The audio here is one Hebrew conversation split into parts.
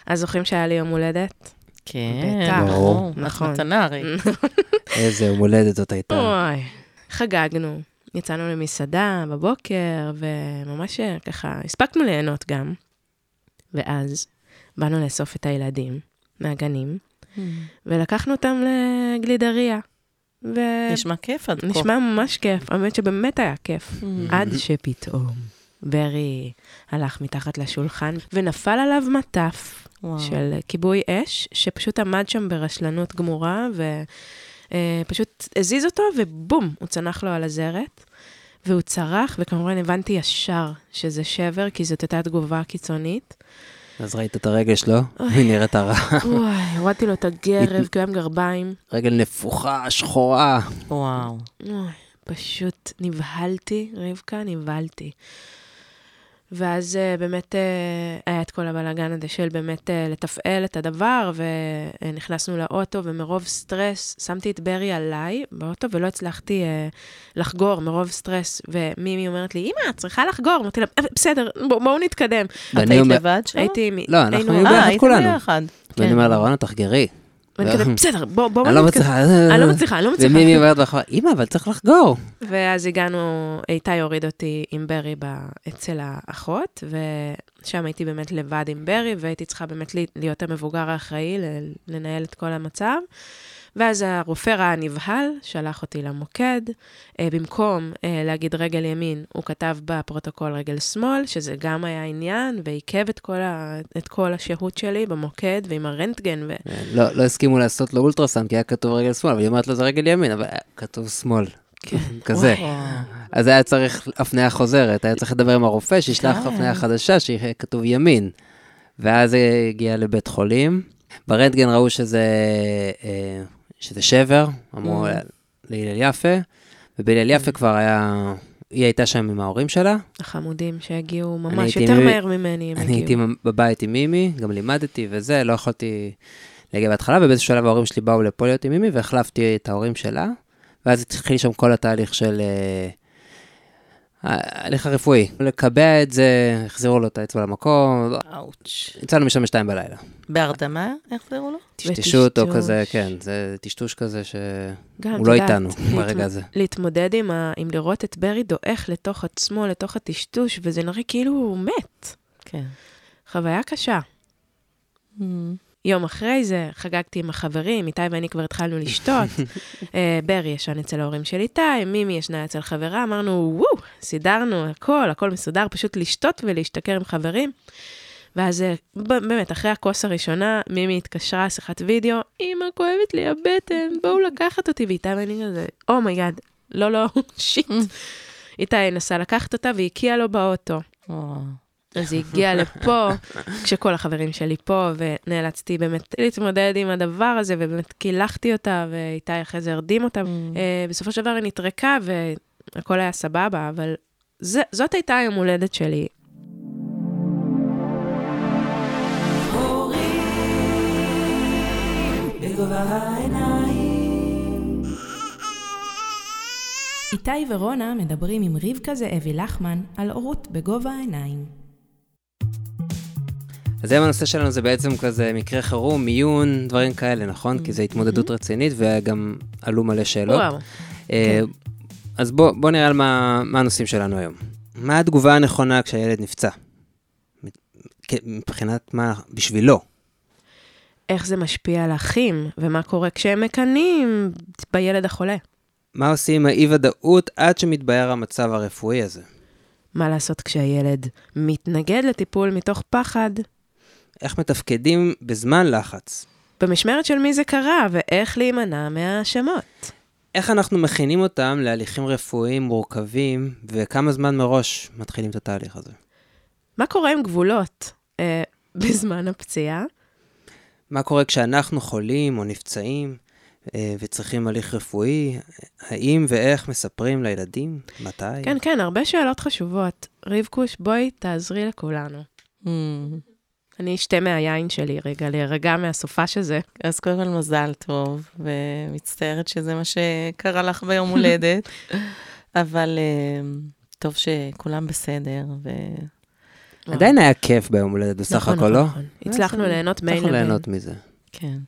אז זוכרים שהיה לי יום הולדת? כן, ברור. נכון. מתנה הרי. איזה יום הולדת זאת הייתה. אוי, חגגנו. יצאנו למסעדה בבוקר, וממש ככה, הספקנו ליהנות גם. ואז באנו לאסוף את הילדים מהגנים, ולקחנו אותם לגלידריה. נשמע כיף עד כה. נשמע ממש כיף, האמת שבאמת היה כיף. עד שפתאום ברי הלך מתחת לשולחן, ונפל עליו מטף של כיבוי אש, שפשוט עמד שם ברשלנות גמורה, ופשוט הזיז אותו, ובום, הוא צנח לו על הזרת, והוא צרח, וכמובן הבנתי ישר שזה שבר, כי זאת הייתה תגובה קיצונית. אז ראית את הרגל שלו, והיא נראית הרע. וואי, הורדתי לו את הגרב, קיים גרביים. רגל נפוחה, שחורה. וואו. פשוט נבהלתי, רבקה, נבהלתי. ואז באמת היה את כל הבלגן הזה של באמת לתפעל את הדבר, ונכנסנו לאוטו, ומרוב סטרס, שמתי את ברי עליי באוטו, ולא הצלחתי לחגור מרוב סטרס, ומימי אומרת לי, אמא, צריכה לחגור. אמרתי לה, בסדר, בואו נתקדם. את היית לבד שם? לא, אנחנו היינו ביחד כולנו. ביחד. ואני אומר לה, רונה, תחגרי. בסדר, בואו אני לא מצליחה. אני לא מצליחה. ומימי אומרת לך, אמא, אבל צריך לחגור. ואז הגענו, איתי הוריד אותי עם ברי אצל האחות, ושם הייתי באמת לבד עם ברי, והייתי צריכה באמת להיות המבוגר האחראי, לנהל את כל המצב. ואז הרופא ראה נבהל, שלח אותי למוקד, במקום להגיד רגל ימין, הוא כתב בפרוטוקול רגל שמאל, שזה גם היה עניין, ועיכב את כל השהות שלי במוקד, ועם הרנטגן. לא הסכימו לעשות לו אולטרסאונד, כי היה כתוב רגל שמאל, אבל היא אומרת לו זה רגל ימין, אבל כתוב שמאל, כזה. אז היה צריך הפניה חוזרת, היה צריך לדבר עם הרופא, שישלח הפניה חדשה, שיהיה כתוב ימין. ואז הגיע לבית חולים, ברנטגן ראו שזה שבר, אמרו להילל יפה, ובהילל יפה כבר היא הייתה שם עם ההורים שלה. החמודים שהגיעו ממש יותר מהר ממני. אני הייתי בבית עם מימי, גם לימדתי וזה, לא יכולתי להגיע בהתחלה, ובאיזשהו שלב ההורים שלי באו לפה להיות עם מימי, והחלפתי את ההורים שלה, ואז התחיל שם כל התהליך של ההליך הרפואי. לקבע את זה, החזירו לו את האצבע למקום. אוץ'. יצאנו משם 2 בלילה. בהרדמה? החזירו לו? טשטשו אותו כזה, כן. זה טשטוש כזה שהוא לא איתנו ברגע הזה. להתמודד עם לראות את ברי דועך לתוך עצמו, לתוך הטשטוש, וזה נראה כאילו הוא מת. כן. חוויה קשה. יום אחרי זה חגגתי עם החברים, איתי ואני כבר התחלנו לשתות. ברי ישן אצל ההורים של איתי, מימי ישנה אצל חברה, אמרנו, וואו, סידרנו הכל מסודר, פשוט לשתות ולהשתכר עם חברים. ואז באמת, אחרי הכוס הראשונה, מימי התקשרה, שיחת וידאו, אמא, כואבת לי הבטן, בואו לקחת אותי, ואיתי ואני כזה, אומייגאד, לא, שיט. איתי נסע לקחת אותה, והקיעה לו באוטו. אז היא הגיעה לפה, כשכל החברים שלי פה, ונאלצתי באמת להתמודד עם הדבר הזה, ובאמת קילחתי אותה, ואיתי אחרי זה הרדים אותה. בסופו של דבר היא נתרקה, והכל היה סבבה, אבל זאת הייתה היום הולדת שלי. איתי ורונה מדברים עם רבקה זאבי לחמן על הורות בגובה העיניים. אז היום הנושא שלנו זה בעצם כזה מקרה חירום, מיון, דברים כאלה, נכון? כי זו התמודדות רצינית, וגם עלו מלא שאלות. אז בוא נראה על מה הנושאים שלנו היום. מה התגובה הנכונה כשהילד נפצע? מבחינת מה בשבילו? איך זה משפיע על אחים, ומה קורה כשהם מקנים בילד החולה? מה עושים עם האי-ודאות עד שמתבהר המצב הרפואי הזה? מה לעשות כשהילד מתנגד לטיפול מתוך פחד? איך מתפקדים בזמן לחץ? במשמרת של מי זה קרה, ואיך להימנע מהאשמות? איך אנחנו מכינים אותם להליכים רפואיים מורכבים, וכמה זמן מראש מתחילים את התהליך הזה? מה קורה עם גבולות בזמן הפציעה? מה קורה כשאנחנו חולים או נפצעים, וצריכים הליך רפואי? האם ואיך מספרים לילדים? מתי? כן, הרבה שאלות חשובות. רבקוש, בואי תעזרי לכולנו. אני אשתה מהיין שלי רגע, להירגע מהסופה שזה. אז קודם כל מזל טוב, ומצטערת שזה מה שקרה לך ביום הולדת, אבל טוב שכולם בסדר, עדיין היה כיף ביום הולדת בסך הכל, לא? נכון. הצלחנו ליהנות בין הצלחנו לבין. ליהנות מזה. כן.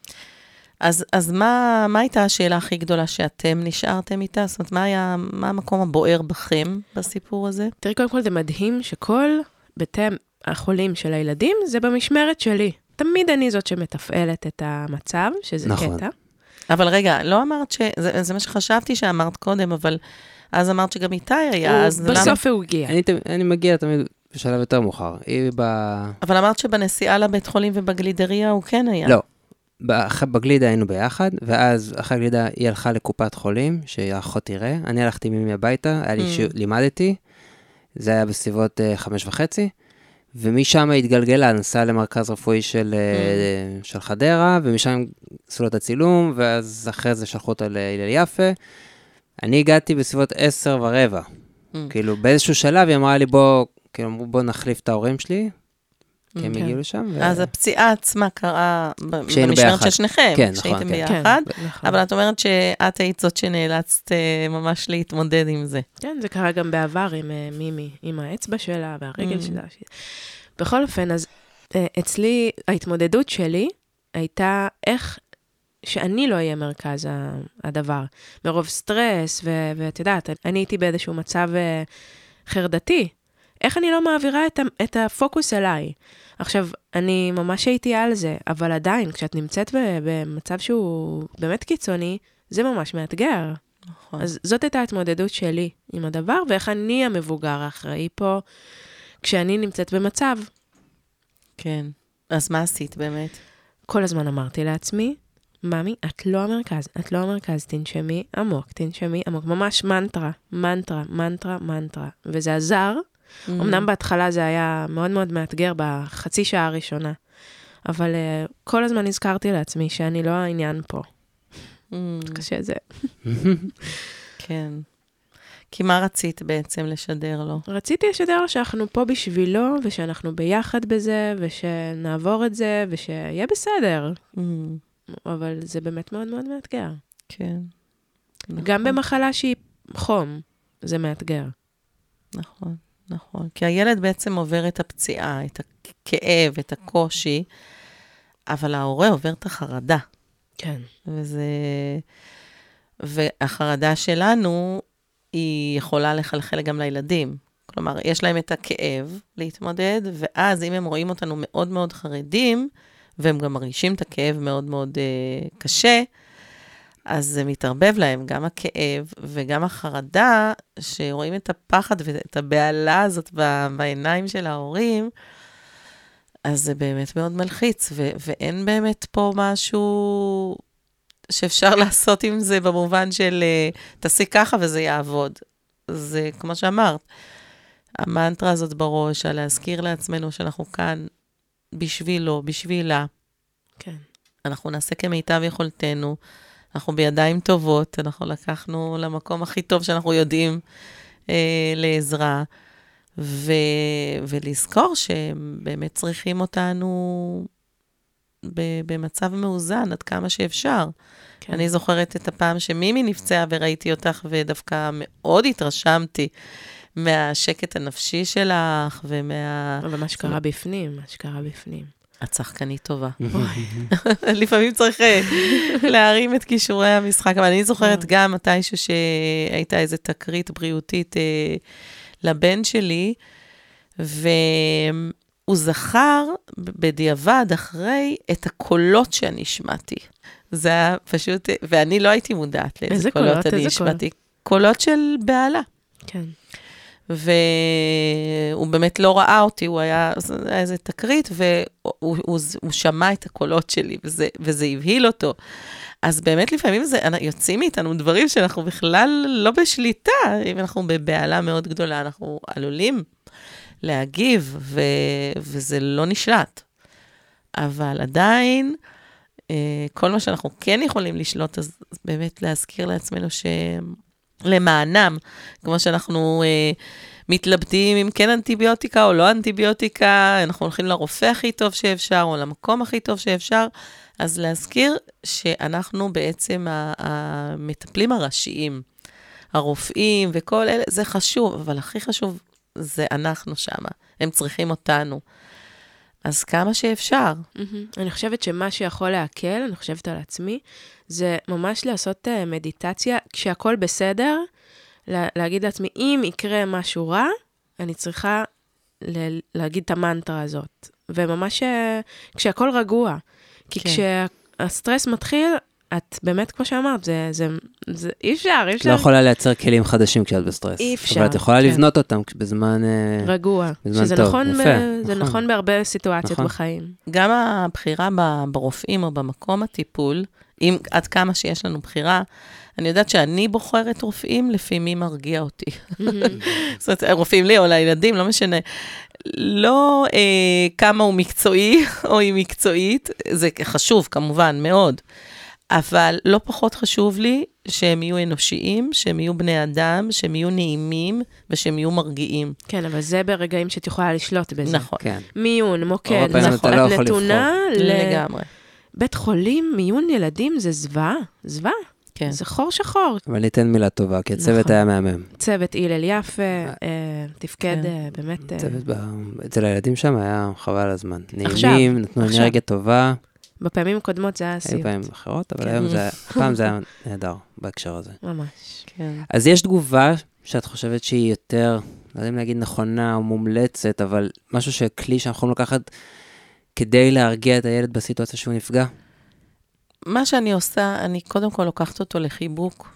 אז מה הייתה השאלה הכי גדולה שאתם נשארתם איתה? זאת אומרת, מה המקום הבוער בכם בסיפור הזה? תראי, קודם כל זה מדהים שכל בתי החולים של הילדים זה במשמרת שלי. תמיד אני זאת שמתפעלת את המצב, שזה נכון. קטע. אבל רגע, לא אמרת זה מה שחשבתי שאמרת קודם, אבל אז אמרת שגם איתי היה, אז למה? בסוף הוא הגיע. אני מגיע תמיד בשלב יותר מאוחר. אבל אמרת שבנסיעה לבית חולים ובגלידריה הוא כן היה. לא. בגלידה היינו ביחד, ואז אחרי הגלידה היא הלכה לקופת חולים, שהאחות תראה. אני הלכתי ממי הביתה, לימדתי, זה היה בסביבות 5:30, ומשם התגלגלה, נסעה למרכז רפואי של חדרה, ומשם עשו לו את הצילום, ואז אחרי זה שלחו אותה להלל יפה. אני הגעתי בסביבות 10:15. כאילו, באיזשהו שלב היא אמרה לי, בוא נחליף את ההורים שלי, כי הם הגיעו לשם. אז הפציעה עצמה קרה כשהיינו במשמרת ביחד. של שניכם, כן, כשהייתם נכון, ביחד, נכון. אבל את אומרת שאת היית זאת שנאלצת ממש להתמודד עם זה. כן, זה קרה גם בעבר עם מימי, עם האצבע שלה והרגל שלה. בכל אופן, אז אצלי, ההתמודדות שלי הייתה איך שאני לא אהיה מרכז הדבר. מרוב סטרס, ואת יודעת, אני הייתי באיזשהו מצב חרדתי. איך אני לא מעבירה את הפוקוס אליי? עכשיו, אני ממש הייתי על זה, אבל עדיין, כשאת נמצאת במצב שהוא באמת קיצוני, זה ממש מאתגר. נכון. אז זאת הייתה ההתמודדות שלי עם הדבר, ואיך אני המבוגר האחראי פה, כשאני נמצאת במצב. כן. אז מה עשית באמת? כל הזמן אמרתי לעצמי, ממי, את לא המרכז, את לא המרכז, תנשמי עמוק, ממש מנטרה, וזה עזר. אמנם בהתחלה זה היה מאוד מאוד מאתגר בחצי שעה הראשונה, אבל כל הזמן הזכרתי לעצמי שאני לא העניין פה. קשה זה. כן. כי מה רצית בעצם לשדר לו? רציתי לשדר שאנחנו פה בשבילו, ושאנחנו ביחד בזה, ושנעבור את זה, ושיהיה בסדר. אבל זה באמת מאוד מאוד מאתגר. כן. גם במחלה שהיא חום, זה מאתגר. נכון, נכון. כי הילד בעצם עובר את הפציעה, את הכאב, את הקושי, אבל ההורה עובר את החרדה. כן. והחרדה שלנו, היא יכולה לחלחל גם לילדים. כלומר, יש להם את הכאב להתמודד, ואז אם הם רואים אותנו מאוד מאוד חרדים, והם גם מרגישים את הכאב מאוד מאוד קשה, אז זה מתערבב להם, גם הכאב וגם החרדה, שרואים את הפחד ואת הבעלה הזאת בעיניים של ההורים, אז זה באמת מאוד מלחיץ, ואין באמת פה משהו שאפשר לעשות עם זה במובן של תעשי ככה וזה יעבוד. זה כמו שאמרת, המנטרה הזאת בראש, על להזכיר לעצמנו שאנחנו כאן בשבילו, בשבילה. כן. אנחנו נעשה כמיטב יכולתנו, אנחנו בידיים טובות, אנחנו לקחנו למקום הכי טוב שאנחנו יודעים לעזרה, ולזכור שהם באמת צריכים אותנו במצב מאוזן, עד כמה שאפשר. כן. אני זוכרת את הפעם שמימי נפצעה וראיתי אותך, ודווקא מאוד התרשמתי מהשקט הנפשי שלך, אבל מה שקרה בפנים, מה שקרה בפנים. את שחקנית טובה. לפעמים צריך להרים את כישורי המשחק, אבל אני זוכרת גם מתישהו שהייתה איזו תקרית בריאותית לבן שלי, והוא זכר בדיעבד אחרי את הקולות שאני שמעתי. זה היה פשוט, ואני לא הייתי מודעת לאיזה קולות אני שמעתי. קולות של בעלה. כן. והוא באמת לא ראה אותי, הוא היה איזה תקרית, והוא שמע את הקולות שלי, וזה הבהיל אותו. אז באמת לפעמים יוצאים מאיתנו דברים שאנחנו בכלל לא בשליטה, אם אנחנו בבעלה מאוד גדולה, אנחנו עלולים להגיב, וזה לא נשלט. אבל עדיין, כל מה שאנחנו כן יכולים לשלוט, אז באמת להזכיר לעצמנו למענם, כמו שאנחנו מתלבטים אם כן אנטיביוטיקה או לא אנטיביוטיקה, אנחנו הולכים לרופא הכי טוב שאפשר, או למקום הכי טוב שאפשר, אז להזכיר שאנחנו בעצם המטפלים הראשיים, הרופאים וכל אלה, זה חשוב, אבל הכי חשוב זה אנחנו שמה. הם צריכים אותנו. אז כמה שאפשר. אני חושבת שמה שיכול להקל, אני חושבת על עצמי, זה ממש לעשות מדיטציה, כשהכל בסדר, להגיד לעצמי, אם יקרה משהו רע, אני צריכה להגיד את המנטרה הזאת. וממש כשהכל רגוע. כי כשהסטרס מתחיל, את באמת, כמו שאמרת, זה אי אפשר, אי את אפשר. לא יכולה לייצר כלים חדשים כשאת בסטרס. אי אפשר. אבל את יכולה לבנות אותם בזמן רגוע. שזה טוב. נכון, יפה, זה נכון בהרבה סיטואציות נכון. בחיים. גם הבחירה ברופאים או במקום הטיפול, עד כמה שיש לנו בחירה, אני יודעת שאני בוחרת רופאים לפי מי מרגיע אותי. זאת אומרת, רופאים לי או לילדים, לא משנה. לא כמה הוא מקצועי או היא מקצועית, זה חשוב כמובן מאוד, אבל לא פחות חשוב לי שהם יהיו אנושיים, שהם יהיו בני אדם, שהם יהיו נעימים ושהם יהיו מרגיעים. כן, אבל זה ברגעים שאת יכולה לשלוט בזה. נכון. כן. מיון, מוקד, נכון. את נתונה לגמרי. בית חולים, מיון ילדים זה זוועה, זוועה. כן. זה חור שחור. אבל ניתן מילה טובה, כי הצוות נכון. היה מהמם. צוות הלל יפה, תפקד באמת... הצוות אצל הילדים שם היה חבל הזמן. עכשיו, נעימים, נתנו אנרגיה טובה. בפעמים הקודמות זה היה היו סיוט. פעמים אחרות, אבל היום הפעם זה היה נהדר בהקשר הזה. ממש. כן. אז יש תגובה שאת חושבת שהיא יותר, לא יודע אם להגיד נכונה או מומלצת, אבל משהו שכלי שאנחנו יכולים לקחת כדי להרגיע את הילד בסיטואציה שהוא נפגע? מה שאני עושה, אני קודם כל לוקחת אותו לחיבוק.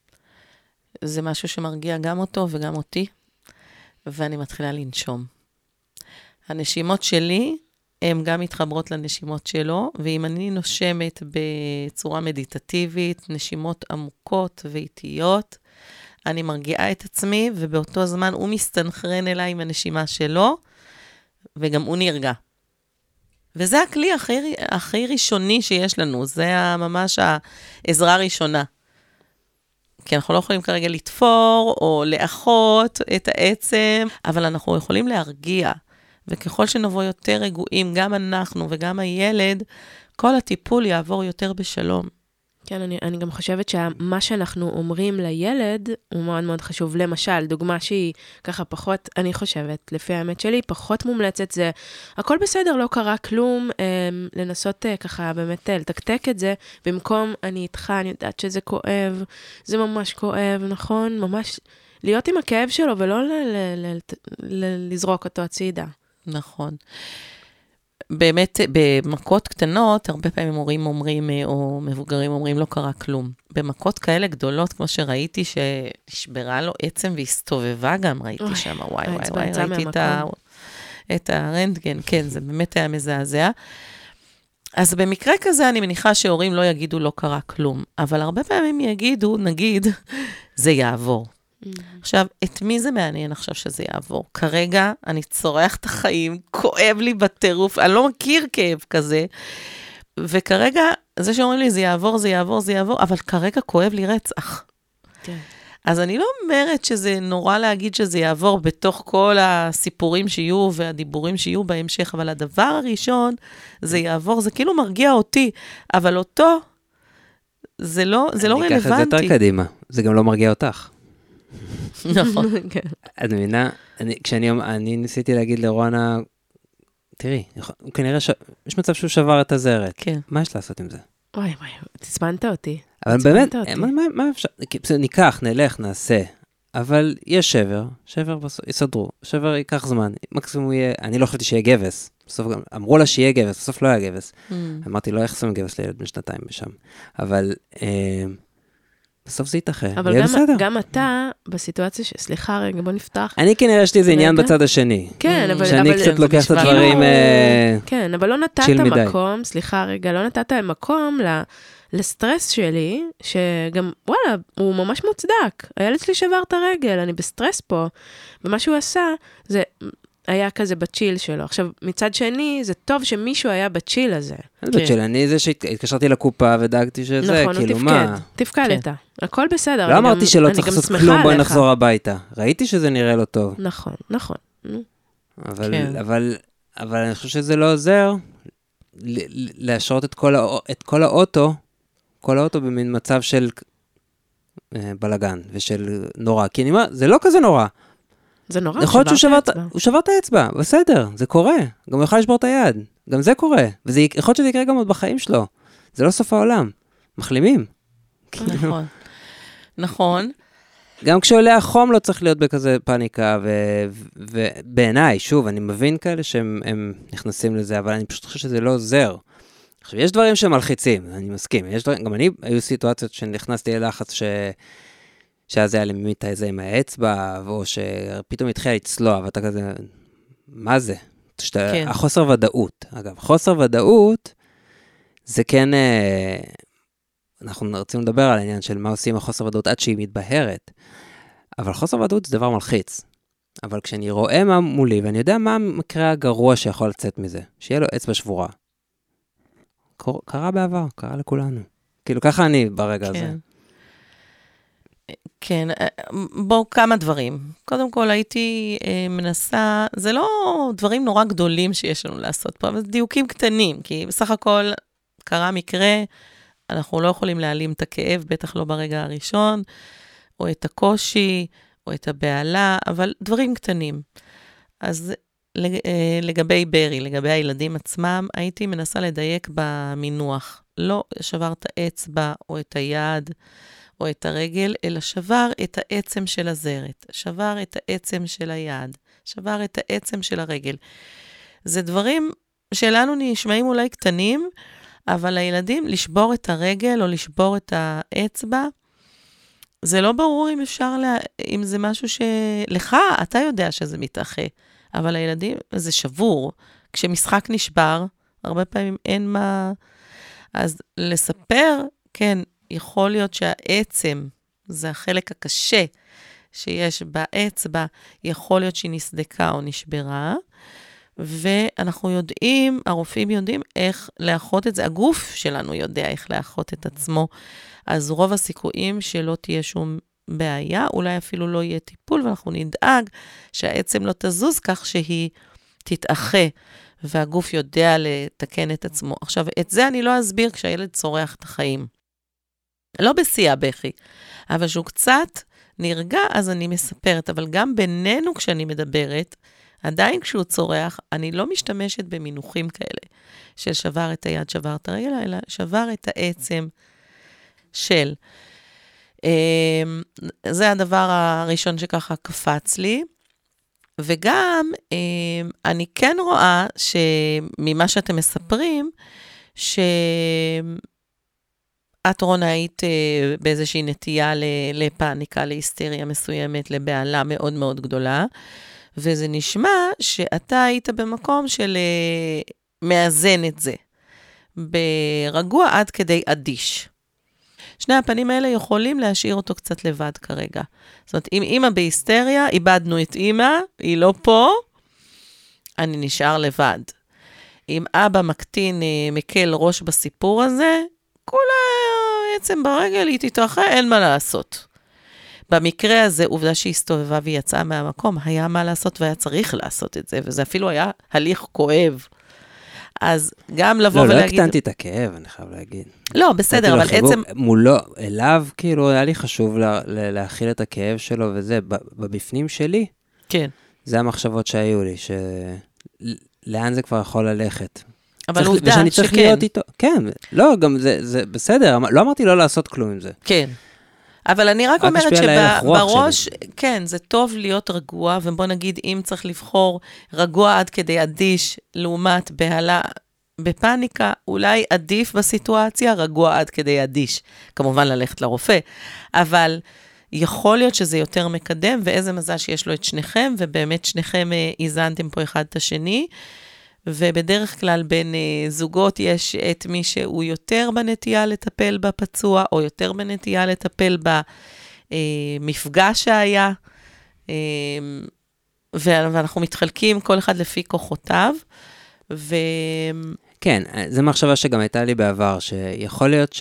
זה משהו שמרגיע גם אותו וגם אותי, ואני מתחילה לנשום. הנשימות שלי, הן גם מתחברות לנשימות שלו, ואם אני נושמת בצורה מדיטטיבית, נשימות עמוקות ואיטיות, אני מרגיעה את עצמי, ובאותו זמן הוא מסתנכרן אליי עם הנשימה שלו, וגם הוא נרגע. וזה הכלי הכי ראשוני שיש לנו, זה ממש העזרה הראשונה. כי אנחנו לא יכולים כרגע לתפור או לאחות את העצם, אבל אנחנו יכולים להרגיע. וככל שנבוא יותר רגועים, גם אנחנו וגם הילד, כל הטיפול יעבור יותר בשלום. כן, אני גם חושבת שמה שאנחנו אומרים לילד, הוא מאוד מאוד חשוב. למשל, דוגמה שהיא ככה פחות, אני חושבת, לפי האמת שלי, פחות מומלצת זה, הכל בסדר, לא קרה כלום, לנסות ככה באמת לתקתק את זה, במקום אני איתך, אני יודעת שזה כואב, זה ממש כואב, נכון? ממש להיות עם הכאב שלו, ולא לזרוק אותו הצידה. נכון. באמת, במכות קטנות, הרבה פעמים הורים אומרים, או מבוגרים אומרים, לא קרה כלום. במכות כאלה גדולות, כמו שראיתי, שנשברה לו עצם והסתובבה גם, ראיתי שם, וואי, ראיתי את הרנטגן, כן, זה באמת היה מזעזע. אז במקרה כזה, אני מניחה שהורים לא יגידו, לא קרה כלום. אבל הרבה פעמים יגידו, נגיד, זה יעבור. עכשיו, את מי זה מעניין עכשיו שזה יעבור? כרגע אני צורח את החיים, כואב לי בטירוף, אני לא מכיר כאב כזה, וכרגע, זה שאומרים לי, זה יעבור, זה יעבור, זה יעבור, אבל כרגע כואב לי רצח. כן. אז אני לא אומרת שזה נורא להגיד שזה יעבור בתוך כל הסיפורים שיהיו והדיבורים שיהיו בהמשך, אבל הדבר הראשון, זה יעבור, זה כאילו מרגיע אותי, אבל אותו, זה לא רלוונטי. אני אקח את זה יותר קדימה, זה גם לא מרגיע אותך. נכון. את מבינה, אני ניסיתי להגיד לרונה, תראי, כנראה יש מצב שהוא שבר את הזרת. כן. מה יש לעשות עם זה? וואי, תצפנת אותי. אבל באמת, מה אפשר? ניקח, נלך, נעשה. אבל יש שבר יסדרו, שבר ייקח זמן, מקסימום יהיה, אני לא חשבתי שיהיה גבס, בסוף גם, אמרו לה שיהיה גבס, בסוף לא היה גבס. אמרתי, לא איך שמים גבס לילד בן 2 בשם. אבל בסוף זה יתאחה, יהיה בסדר. אבל גם אתה, בסיטואציה סליחה רגע, בוא נפתח. אני כנראה יש לי איזה עניין בצד השני. כן, אבל... שאני קצת לוקח את הדברים כן, אבל לא נתת מקום, סליחה רגע, לא נתת מקום לסטרס שלי, שגם, וואלה, הוא ממש מוצדק. הילד שלי שבר את הרגל, אני בסטרס פה. ומה שהוא עשה, זה היה כזה בצ'יל שלו. עכשיו, מצד שני, זה טוב שמישהו היה בצ'יל הזה. בצ'יל, אני זה שהתקשרתי לקופה ודאגתי שזה, כאילו מה? נכון, תפקדת. הכל בסדר. לא אמרתי שלא צריך לעשות כלום, בואי נחזור הביתה. ראיתי שזה נראה לא טוב. נכון. אבל אני חושב שזה לא עוזר להשרות את כל האוטו, במין מצב של בלגן ושל נורא. כי אני אומר, זה לא כזה נורא. זה נורא, יכול להיות שהוא שבר את האצבע, בסדר, זה קורה. גם הוא יכול לשבור את היד, גם זה קורה. ויכול להיות שזה יקרה גם עוד בחיים שלו. זה לא סוף העולם. מחלימים. נכון. נכון. גם כשעולה החום לא צריך להיות בכזה פאניקה, ובעיניי, שוב, אני מבין כאלה שהם נכנסים לזה, אבל אני פשוט חושב שזה לא עוזר. עכשיו, יש דברים שמלחיצים, אני מסכים. גם אני, היו סיטואציות שנכנסתי ללחץ שאז היה לי איזה עם האצבע, או שפתאום התחילה לצלוע, ואתה כזה, מה זה? כן. החוסר ודאות. אגב, חוסר ודאות, זה כן, אנחנו רוצים לדבר על העניין של מה עושים עם החוסר ודאות עד שהיא מתבהרת. אבל חוסר ודאות זה דבר מלחיץ. אבל כשאני רואה מה מולי, ואני יודע מה המקרה הגרוע שיכול לצאת מזה, שיהיה לו אצבע שבורה. קרה בעבר, קרה לכולנו. כאילו, ככה אני ברגע הזה. כן, בואו כמה דברים. קודם כל הייתי מנסה, זה לא דברים נורא גדולים שיש לנו לעשות פה, אבל זה דיוקים קטנים, כי בסך הכל קרה מקרה, אנחנו לא יכולים להעלים את הכאב, בטח לא ברגע הראשון, או את הקושי, או את הבעלה, אבל דברים קטנים. אז לגבי ברי, לגבי הילדים עצמם, הייתי מנסה לדייק במינוח. לא שבר את האצבע או את היד, או את הרגל, אלא שבר את העצם של הזרת, שבר את העצם של היד, שבר את העצם של הרגל. זה דברים שלנו נשמעים אולי קטנים, אבל לילדים לשבור את הרגל או לשבור את האצבע, זה לא ברור אם אפשר, אם זה משהו שלך, אתה יודע שזה מתאחה, אבל הילדים, זה שבור. כשמשחק נשבר, הרבה פעמים אין מה, אז לספר, כן, יכול להיות שהעצם, זה החלק הקשה שיש באצבע, יכול להיות שהיא נסדקה או נשברה, ואנחנו יודעים, הרופאים יודעים איך לאחות את זה, הגוף שלנו יודע איך לאחות את עצמו, אז רוב הסיכויים שלא תהיה שום בעיה, אולי אפילו לא יהיה טיפול, ואנחנו נדאג שהעצם לא תזוז כך שהיא תתאחה, והגוף יודע לתקן את עצמו. עכשיו, את זה אני לא אסביר כשהילד צורח את החיים. לא בשיא הבכי, אבל שהוא קצת נרגע, אז אני מספרת, אבל גם בינינו כשאני מדברת, עדיין כשהוא צורח, אני לא משתמשת במינוחים כאלה, של שבר את היד, שבר את הרגל, אלא שבר את העצם של. זה הדבר הראשון שככה קפץ לי, וגם אני כן רואה שממה שאתם מספרים, את רונה היית באיזושהי נטייה לפאניקה, להיסטריה מסוימת, לבעלה מאוד מאוד גדולה, וזה נשמע שאתה היית במקום של מאזן את זה, ברגוע עד כדי אדיש. שני הפנים האלה יכולים להשאיר אותו קצת לבד כרגע. זאת אומרת, אם אמא בהיסטריה, איבדנו את אמא, היא לא פה, אני נשאר לבד. אם אבא מקטין, מקל ראש בסיפור הזה, כולה עצם ברגל, היא תתרחה, אין מה לעשות. במקרה הזה, עובדה שהיא הסתובבה והיא יצאה מהמקום, היה מה לעשות והיה צריך לעשות את זה, וזה אפילו היה הליך כואב. אז גם לבוא ולהגיד... לא הקטנתי את הכאב, אני חייב להגיד. לא, בסדר, אבל עצם... מולו, אליו, כאילו, היה לי חשוב להכיל את הכאב שלו, וזה, בבפנים שלי. כן. זה המחשבות שהיו לי, לאן זה כבר יכול ללכת. אבל עובדה ושאני צריך שכן. להיות איתו. כן, לא, גם זה בסדר, לא אמרתי לא לעשות כלום עם זה. כן. אבל אני רק אומרת שבראש, כן, זה טוב להיות רגוע, ובוא נגיד, אם צריך לבחור רגוע עד כדי אדיש, לעומת בהלה, בפאניקה, אולי עדיף בסיטואציה, רגוע עד כדי אדיש. כמובן ללכת לרופא, אבל יכול להיות שזה יותר מקדם, ואיזה מזל שיש לו את שניכם, ובאמת שניכם איזנתם פה אחד את השני, ובדרך כלל בין זוגות יש את מי שהוא יותר בנטייה לטפל בפצוע, או יותר בנטייה לטפל במפגש שהיה, ואנחנו מתחלקים כל אחד לפי כוחותיו, כן, זו מחשבה שגם הייתה לי בעבר, שיכול להיות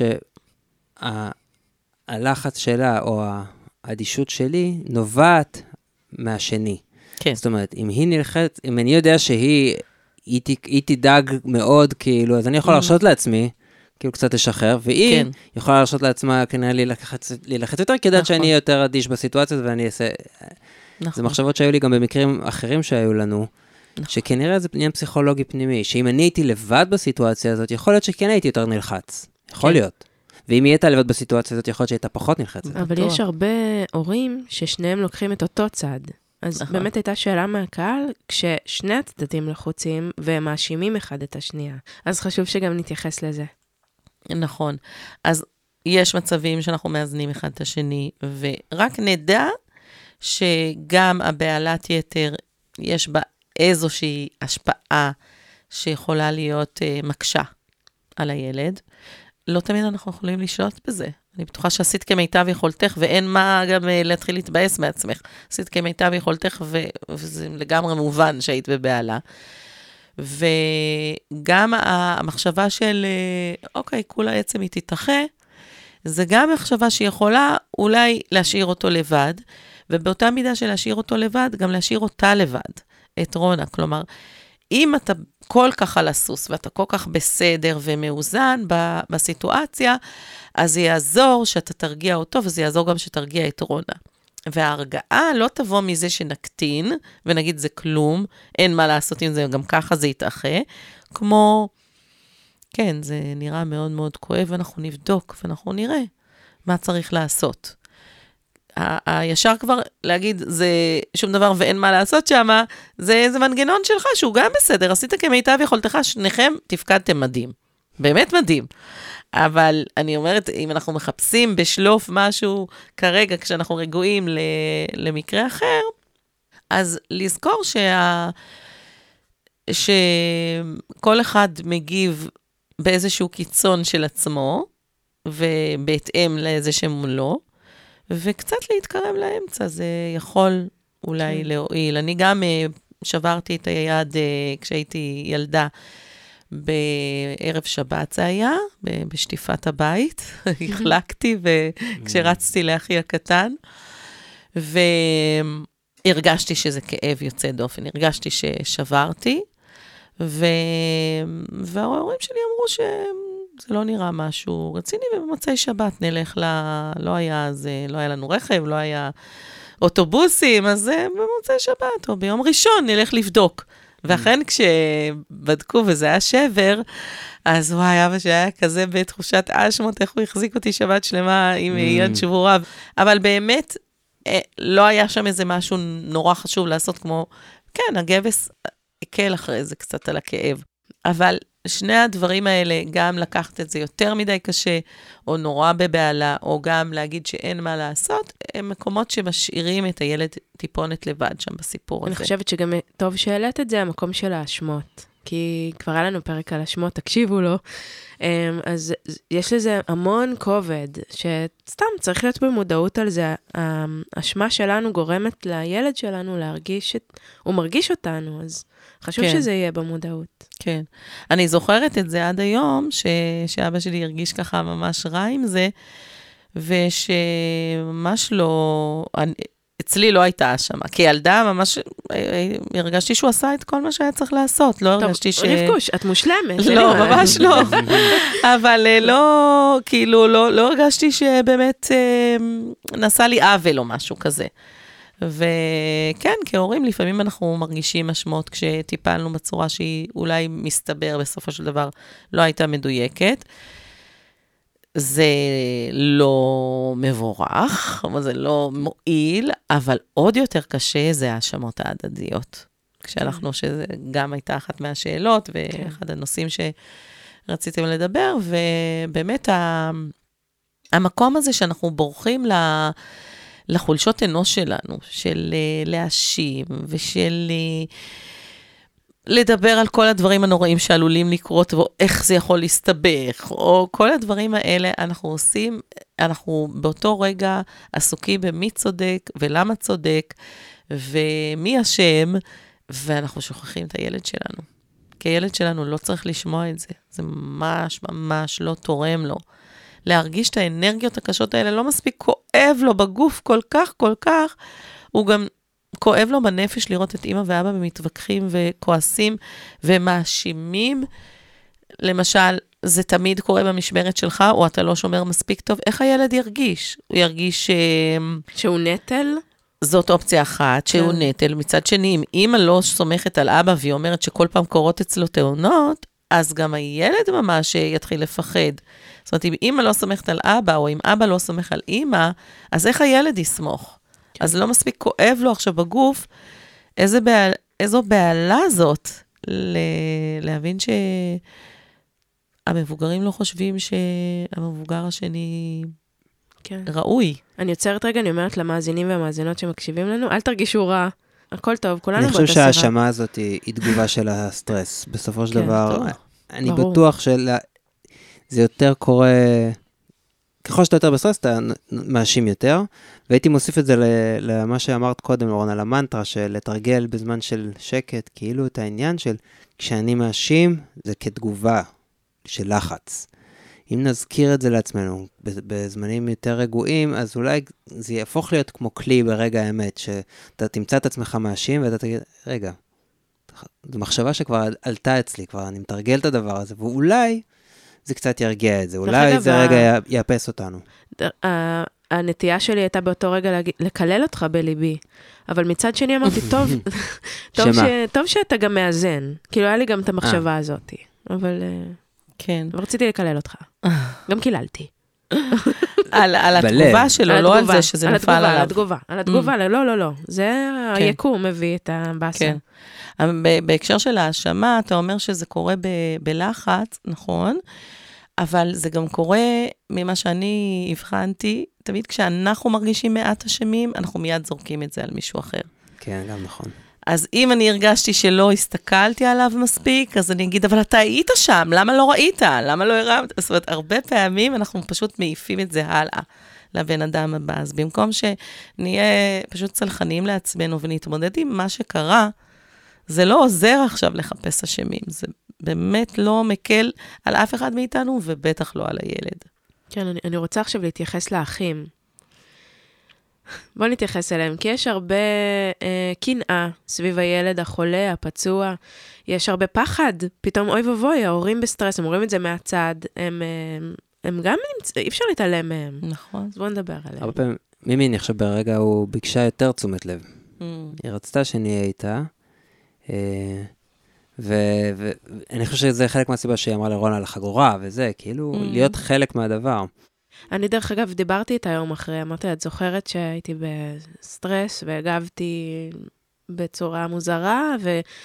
שהלחץ שלה, או האדישות שלי, נובעת מהשני. כן. זאת אומרת, אם היא נלחץ, אם אני יודע היא תדאג מאוד, כאילו, אז אני יכול להרשות לעצמי, כאילו קצת לשחרר, והיא יכולה להרשות לעצמה כנראה להילחץ יותר, כי יודעת שאני יותר אדיש בסיטואציה, ואני אעשה... נכון. זה מחשבות שהיו לי גם במקרים אחרים שהיו לנו, שכנראה זה עניין פסיכולוגי פנימי, שאם אני הייתי לבד בסיטואציה הזאת, יכול להיות שכן הייתי יותר נלחץ. יכול להיות. ואם היית לבד בסיטואציה הזאת, יכול להיות שהיית פחות נלחצת. אבל יש הרבה הורים ששניהם לוקחים את אותו צד. אז באמת הייתה שאלה מהקהל, כששני הצדדים לחוצים, והם מאשימים אחד את השנייה. אז חשוב שגם נתייחס לזה. נכון. אז יש מצבים שאנחנו מאזנים אחד את השני, ורק נדע שגם הבעלת יתר, יש בה איזושהי השפעה שיכולה להיות מקשה על הילד. לא תמיד אנחנו יכולים לשלוט בזה. אני בטוחה שעשית כמיטב יכולתך, ואין מה גם להתחיל להתבאס מעצמך. עשית כמיטב יכולתך, וזה לגמרי מובן שהיית בבעלה. וגם המחשבה של, אוקיי, כולה עצם היא תתאחה, זה גם מחשבה שיכולה אולי להשאיר אותו לבד, ובאותה מידה של להשאיר אותו לבד, גם להשאיר אותה לבד, את רונה. כלומר, אם אתה כל כך על הסוס, ואתה כל כך בסדר ומאוזן בסיטואציה, אז זה יעזור שאתה תרגיע אותו, וזה יעזור גם שתרגיע את רונה. וההרגעה לא תבוא מזה שנקטין, ונגיד זה כלום, אין מה לעשות עם זה, גם ככה זה יתאחה, כמו, כן, זה נראה מאוד מאוד כואב, ואנחנו נבדוק, ואנחנו נראה מה צריך לעשות. הישר כבר להגיד, זה שום דבר ואין מה לעשות שם, זה מנגנון שלך שהוא גם בסדר, עשית כמיטב יכולתך, שניכם תפקדתם מדהים, באמת מדהים. אבל אני אומרת, אם אנחנו מחפשים בשלוף משהו כרגע, כשאנחנו רגועים למקרה אחר, אז לזכור שכל אחד מגיב באיזשהו קיצון של עצמו, ובהתאם לאיזה שמולו, וקצת להתקרב לאמצע, זה יכול אולי להועיל. אני גם שברתי את היד כשהייתי ילדה, בערב שבת זה היה, בשטיפת הבית, החלקתי כשרצתי לאחי הקטן, והרגשתי שזה כאב יוצא דופן, הרגשתי ששברתי, וההורים שלי אמרו שזה לא נראה משהו רציני, ובמוצאי שבת נלך לא היה לנו רכב, לא היה אוטובוסים, אז במוצאי שבת, או ביום ראשון נלך לבדוק. ואכן כשבדקו וזה היה שבר, אז וואי, אבא שהיה כזה בתחושת אשמות, איך הוא החזיק אותי שבת שלמה עם יד שבורה. אבל באמת, לא היה שם איזה משהו נורא חשוב לעשות, כמו, כן, הגבס הקל אחרי זה קצת על הכאב. אבל שני הדברים האלה, גם לקחת את זה יותר מדי קשה, או נורא בבעלה, או גם להגיד שאין מה לעשות, הם מקומות שמשאירים את הילד טיפונת לבד שם בסיפור הזה. אני חושבת שגם טוב שהעלית את זה, המקום של האשמות. כי כבר היה לנו פרק על אשמות, תקשיבו לו. אז יש לזה המון כובד, שסתם צריך להיות במודעות על זה. האשמה שלנו גורמת לילד שלנו להרגיש, הוא מרגיש אותנו, אז חשוב שזה יהיה במודעות. כן. אני זוכרת את זה עד היום, שאבא שלי הרגיש ככה ממש רע עם זה, ושממש לא, אצלי לא הייתה אשמה. כילדה ממש הרגשתי שהוא עשה את כל מה שהיה צריך לעשות. לא הרגשתי טוב, רבקוש, את מושלמת. לא, ממש לא. אבל לא, כאילו, לא הרגשתי שבאמת נעשה לי עוול או משהו כזה. וכן, כהורים, לפעמים אנחנו מרגישים אשמות כשטיפלנו בצורה שהיא אולי מסתבר בסופו של דבר לא הייתה מדויקת. זה לא מבורך, זה לא מועיל, אבל עוד יותר קשה זה האשמות ההדדיות. כשאנחנו, שזה גם הייתה אחת מהשאלות, ואחד הנושאים שרציתם לדבר, ובאמת המקום הזה שאנחנו בורחים לחולשות אנוש שלנו, של להאשים ושל לדבר על כל הדברים הנוראים שעלולים לקרות, ואיך זה יכול להסתבך, או כל הדברים האלה אנחנו עושים, אנחנו באותו רגע עסוקים במי צודק ולמה צודק, ומי אשם, ואנחנו שוכחים את הילד שלנו. כי הילד שלנו לא צריך לשמוע את זה, זה ממש ממש לא תורם לו. להרגיש את האנרגיות הקשות האלה, לא מספיק כואב לו בגוף כל כך, הוא גם כואב לו בנפש לראות את אמא ואבא מתווכחים וכועסים ומאשימים. למשל, זה תמיד קורה במשמרת שלך, או אתה לא שומר מספיק טוב, איך הילד ירגיש? הוא ירגיש שהוא נטל? זאת אופציה אחת, שהוא נטל. מצד שני, אם אמא לא סומכת על אבא, והיא אומרת שכל פעם קורות אצלו תאונות, אז גם הילד ממש יתחיל לפחד. זאת אומרת, אם אמא לא סומכת על אבא, או אם אבא לא סומך על אמא, אז איך הילד יסמוך? אז לא מספיק כואב לו עכשיו בגוף, איזו בעלה זאת, להבין שהמבוגרים לא חושבים שהמבוגר השני ראוי. אני יוצרת רגע, אני אומרת למאזינים והמאזינות שמקשיבים לנו, אל תרגישו רע, הכל טוב, כולנו אני באותה חושב סירה. שההאשמה הזאת היא תגובה של הסטרס. בסופו של דבר, אני בטוח שזה יותר קורה, ככל שאתה יותר בסטרס, אתה מאשים יותר, והייתי מוסיף את זה למה שאמרת קודם, לרון, על המנטרה של לתרגל בזמן של שקט, כאילו את העניין של כשאני מאשים, זה כתגובה של לחץ. אם נזכיר את זה לעצמנו בזמנים יותר רגועים, אז אולי זה יהפוך להיות כמו כלי ברגע האמת, שאתה תמצא את עצמך מאשים, ואתה תגיד, רגע, זו מחשבה שכבר עלתה אצלי, כבר אני מתרגל את הדבר הזה, ואולי זה קצת ירגיע את זה, אולי זה רגע יאפס אותנו. הנטייה שלי הייתה באותו רגע לקלל אותך בליבי, אבל מצד שני אמרתי, טוב שאתה גם מאזן, כאילו היה לי גם את המחשבה הזאת, אבל כן. ורציתי לקלל אותך, גם קיללתי. על התגובה שלו, לא על זה שזה נפל עליו. על התגובה, לא, זה היקום מביא את הבאסה. כן. בהקשר של ההאשמה, אתה אומר שזה קורה בלחץ, נכון? אבל זה גם קורה ממה שאני הבחנתי, תמיד כשאנחנו מרגישים מעט אשמים, אנחנו מיד זורקים את זה על מישהו אחר. כן, גם נכון. אז אם אני הרגשתי שלא הסתכלתי עליו מספיק, אז אני אגיד, אבל אתה היית שם, למה לא ראית? למה לא הרמת? זאת אומרת, הרבה פעמים אנחנו פשוט מעיפים את זה הלאה לבן אדם הבא. אז במקום שנהיה פשוט צלחניים לעצמנו ונתמודד עם מה שקרה, זה לא עוזר עכשיו לחפש אשמים. זה באמת לא מקל על אף אחד מאיתנו, ובטח לא על הילד. כן, אני רוצה עכשיו להתייחס לאחים. בוא נתייחס אליהם, כי יש הרבה קנאה סביב הילד החולה, הפצוע, יש הרבה פחד, פתאום אוי ובוי, ההורים בסטרס, הם רואים את זה מהצד, הם גם אי אפשר להתעלם מהם. נכון. אז בוא נדבר עליהם. הרבה פעמים, מימי, אני חושב ברגע הוא ביקשה יותר תשומת לב. היא רצתה שנהיה איתה, ואני חושב שזה חלק מהסיבה שהיא אמרה לרון על החגורה, וזה, כאילו, להיות חלק מהדבר. אני דרך אגב דיברתי איתה יום אחרי, אמרתי, את זוכרת שהייתי בסטרס והגבתי בצורה מוזרה,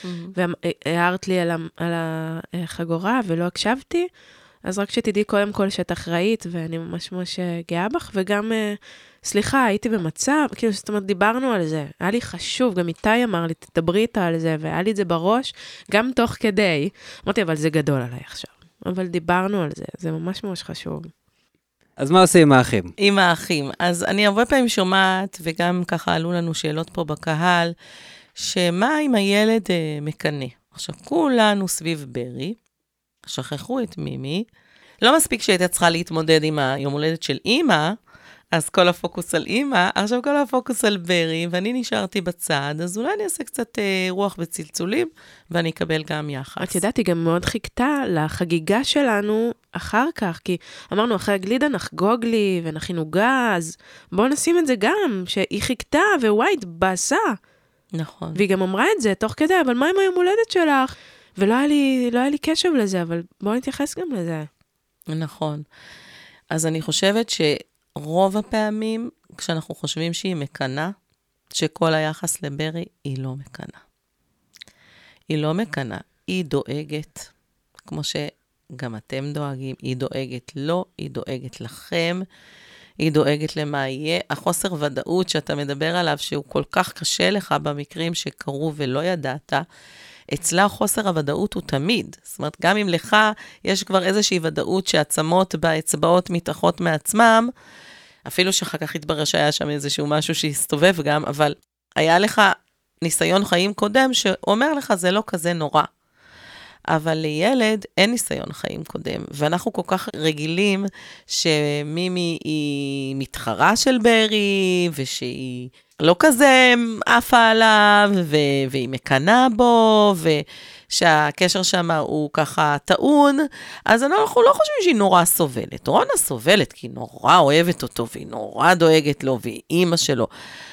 והערת לי על החגורה ולא הקשבתי, אז רק שתדעי קודם כל שאת אחראית, ואני ממש ממש גאה בך, וגם, סליחה, הייתי במצב, כאילו, זאת אומרת, דיברנו על זה, היה לי חשוב, גם איתי אמר לי, תדברי איתה על זה, והיה לי את זה בראש, גם תוך כדי, אמרתי, אבל זה גדול עליי עכשיו, אבל דיברנו על זה, זה ממש ממש חשוב. אז מה עושים עם האחים? עם האחים. אז אני הרבה פעמים שומעת, וגם ככה עלו לנו שאלות פה בקהל, שמה אם הילד מקנה? עכשיו, כולנו סביב ברי, שכחו את מימי, לא מספיק שהייתה צריכה להתמודד עם היום הולדת של אמא, אז כל הפוקוס על אמא, עכשיו כל הפוקוס על ברי, ואני נשארתי בצד, אז אולי אני אעשה קצת רוח וצלצולים, ואני אקבל גם יחס. את יודעת, היא גם מאוד חיכתה לחגיגה שלנו אחר כך, כי אמרנו, אחרי הגלידה נחגוג לי ונכינו גז, בואו נשים את זה גם, שהיא חיכתה ווואי, התבאסה. נכון. והיא גם אמרה את זה תוך כדי, אבל מה עם היום הולדת שלך? ולא היה לי קשב לזה, אבל בואו נתייחס גם לזה. נכון. אז אני חושבת רוב הפעמים, כשאנחנו חושבים שהיא מקנה, שכל היחס לברי, היא לא מקנה. היא לא מקנה, היא דואגת, כמו שגם אתם דואגים, היא דואגת לו, היא דואגת לכם, היא דואגת למה יהיה. החוסר ודאות שאתה מדבר עליו, שהוא כל כך קשה לך במקרים שקרו ולא ידעת, אצלה חוסר הוודאות הוא תמיד. זאת אומרת, גם אם לך יש כבר איזושהי ודאות שהעצמות באצבעות מתאחות מעצמם, אפילו שאחר כך התברר שהיה שם איזשהו משהו שהסתובב גם, אבל היה לך ניסיון חיים קודם שאומר לך זה לא כזה נורא. אבל לילד אין ניסיון חיים קודם, ואנחנו כל כך רגילים שמימי היא מתחרה של ברי, ושהיא לא כזה עפה עליו, והיא מקנה בו, שהקשר שם הוא ככה טעון, אז אנחנו לא חושבים שהיא נורא סובלת. רונה סובלת, כי היא נורא אוהבת אותו, והיא נורא דואגת לו, והיא אימא שלו.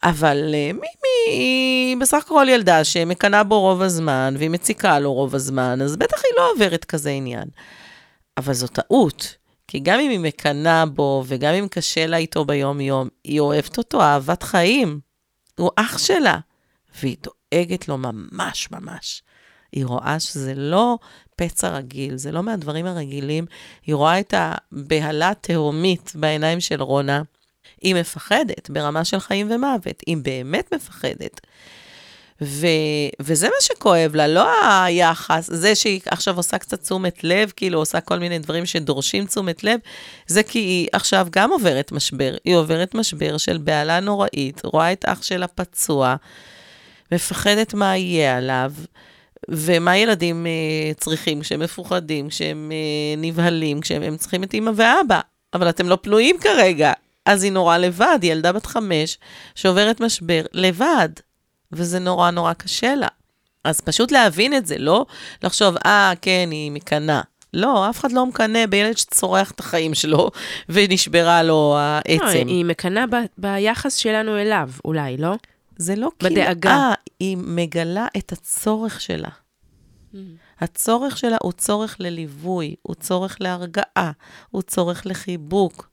אבל מימי היא בסך הכל ילדה שמקנה בו רוב הזמן, והיא מציקה לו רוב הזמן, אז בטח היא לא עוברת כזה עניין. אבל זו טעות, כי גם אם היא מקנה בו, וגם אם קשה לה איתו ביום-יום, היא אוהבת אותו אהבת חיים. הוא אח שלה, והיא דואגת לו ממש ממש. היא רואה שזה לא פצע רגיל, זה לא מהדברים הרגילים, היא רואה את הבהלה תהומית בעיניים של רונה, היא מפחדת ברמה של חיים ומוות, היא באמת מפחדת. וזה מה שכואב לה, לא היחס, זה שהיא עכשיו עושה קצת תשומת לב, כאילו עושה כל מיני דברים שדורשים תשומת לב, זה כי היא עכשיו גם עוברת משבר, היא עוברת משבר של בהלה נוראית, רואה את אח שלה פצוע, מפחדת מה יהיה עליו, ומה ילדים צריכים כשהם מפוחדים, כשהם נבהלים, כשהם צריכים את אמא ואבא, אבל אתם לא פנויים כרגע, אז היא נורא לבד, היא ילדה בת 5, שעוברת משבר לבד, וזה נורא נורא קשה לה. אז פשוט להבין את זה, לא לחשוב, כן, היא מקנה. לא, אף אחד לא מקנה בילד שצורח את החיים שלו, ונשברה לו העצם. לא, היא מקנה ביחס שלנו אליו, אולי, לא? זה לא בדאגה. היא מגלה את הצורך שלה. הצורך שלה הוא צורך לליווי, הוא צורך להרגעה, הוא צורך לחיבוק.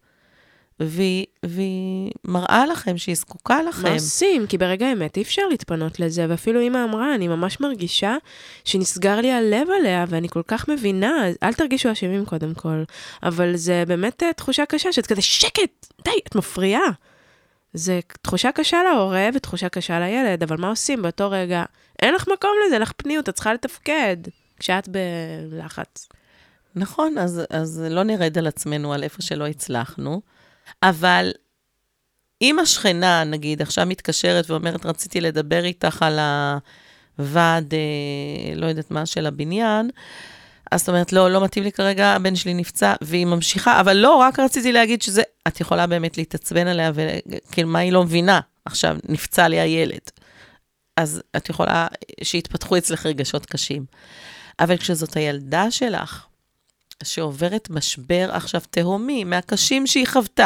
והיא מראה לכם שהיא זקוקה לכם. מה עושים? כי ברגע האמת אי אפשר להתפנות לזה, ואפילו אמא אמרה, אני ממש מרגישה שנסגר לי הלב עליה, ואני כל כך מבינה, אל תרגישו אשמים קודם כל, אבל זה באמת תחושה קשה, שאת כזה שקט, די, את מפריעה. זה תחושה קשה להורה ותחושה קשה לילד, אבל מה עושים באותו רגע? אין לך מקום לזה, אין לך פניות, את צריכה לתפקד, כשאת בלחץ. נכון, אז לא נרד על עצמנו על איפה שלא הצלחנו, אבל אם השכנה, נגיד, עכשיו מתקשרת ואומרת, רציתי לדבר איתך על הוועד, לא יודעת מה, של הבניין, אז זאת אומרת, לא מתאים לי כרגע, הבן שלי נפצע, והיא ממשיכה, אבל לא, רק רציתי להגיד שזה, את יכולה באמת להתעצבן עליה, וכאילו, מה היא לא מבינה? עכשיו, נפצע לי הילד. אז את יכולה שיתפתחו אצלך רגשות קשים. אבל כשזאת הילדה שלך, שעוברת משבר עכשיו תהומי, מהקשים שהיא חוותה.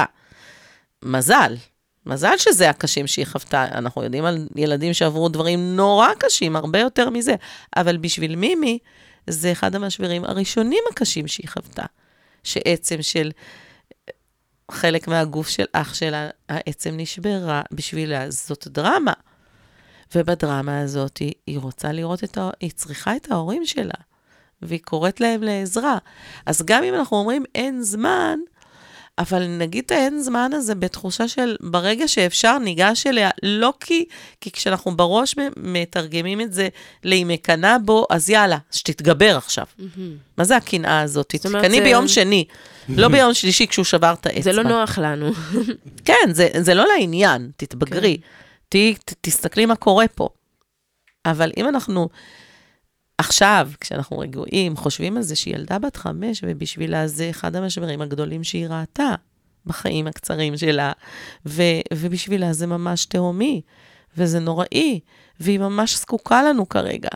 מזל שזה הקשים שהיא חוותה. אנחנו יודעים על ילדים שעברו דברים נורא קשים, הרבה יותר מזה. אבל בשביל מימי, זה אחד המשברים הראשונים הקשים שהיא חוותה. שעצם של חלק מהגוף של אח שלה, העצם נשברה בשבילה, זאת דרמה. ובדרמה הזאת היא רוצה לראות היא צריכה את ההורים שלה. והיא קוראת להם לעזרה. אז גם אם אנחנו אומרים אין זמן, אבל נגיד את האין זמן הזה בתחושה של ברגע שאפשר ניגש אליה, לא כי כשאנחנו בראש מתרגמים את זה להימקנה בו, אז יאללה, שתתגבר עכשיו. מה זה הקנאה הזאת? תתקני ביום שני, לא ביום שלישי כשהוא שבר את האצבע. זה לא נוח לנו. כן, זה לא לעניין, תתבגרי. תסתכלי מה קורה פה. אבל אם אנחנו עכשיו, כשאנחנו רגועים, חושבים על זה שהיא ילדה בת 5, ובשבילה זה אחד המשברים הגדולים שהיא ראתה בחיים הקצרים שלה, ובשבילה זה ממש תהומי, וזה נוראי, והיא ממש זקוקה לנו כרגע.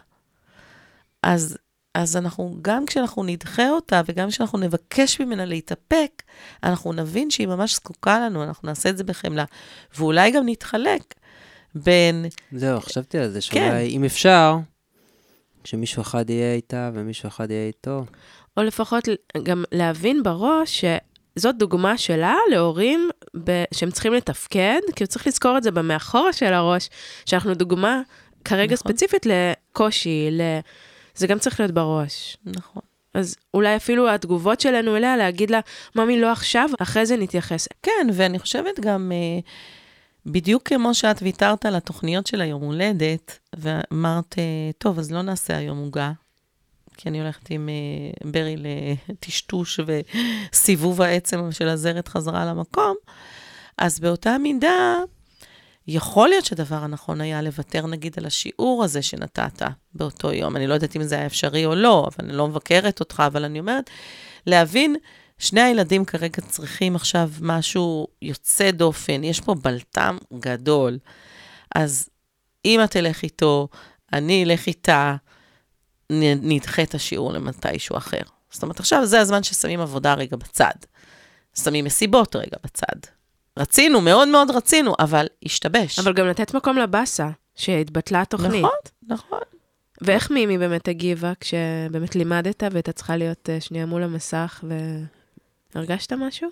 אז אנחנו, גם כשאנחנו נדחה אותה, וגם כשאנחנו נבקש ממנה להתאפק, אנחנו נבין שהיא ממש זקוקה לנו, אנחנו נעשה את זה בחמלה, ואולי גם נתחלק בין... זהו, חשבתי על זה, שאולי אם אפשר... שמישהו אחד יהיה איתה ומישהו אחד יהיה איתו. או לפחות גם להבין בראש שזאת דוגמה שלה להורים שהם צריכים לתפקד, כי הוא צריך לזכור את זה במאחורה של הראש, שאנחנו דוגמה כרגע ספציפית לקושי, זה גם צריך להיות בראש. נכון. אז אולי אפילו התגובות שלנו אליה להגיד לה, ממי לא עכשיו, אחרי זה נתייחס. כן, ואני חושבת גם... בדיוק כמו שאת ויתרת על התוכניות של היום הולדת, ואמרת, טוב, אז לא נעשה היום עוגה, כי אני הולכת עם ברי לטשטוש וסיבוב העצם של הזרת חזרה למקום, אז באותה מידה, יכול להיות שדבר הנכון היה לוותר נגיד על השיעור הזה שנתת באותו יום. אני לא יודעת אם זה היה אפשרי או לא, אבל אני לא מבקרת אותך, אבל אני אומרת, להבין, שני הילדים כרגע צריכים עכשיו משהו יוצא דופן, יש פה בלטם גדול, אז אם את תלך איתו, אני אלך איתה, נדחה את השיעור למתישהו אחר. זאת אומרת, עכשיו זה הזמן ששמים עבודה רגע בצד, שמים מסיבות רגע בצד, רצינו, מאוד מאוד רצינו, אבל השתבש. אבל גם לתת מקום לבאסה, שהתבטלה התוכנית. נכון. ואיך מימי באמת הגיבה, כשבאמת לימדת, והייתה צריכה להיות שנייה מול המסך, והרגשת משהו?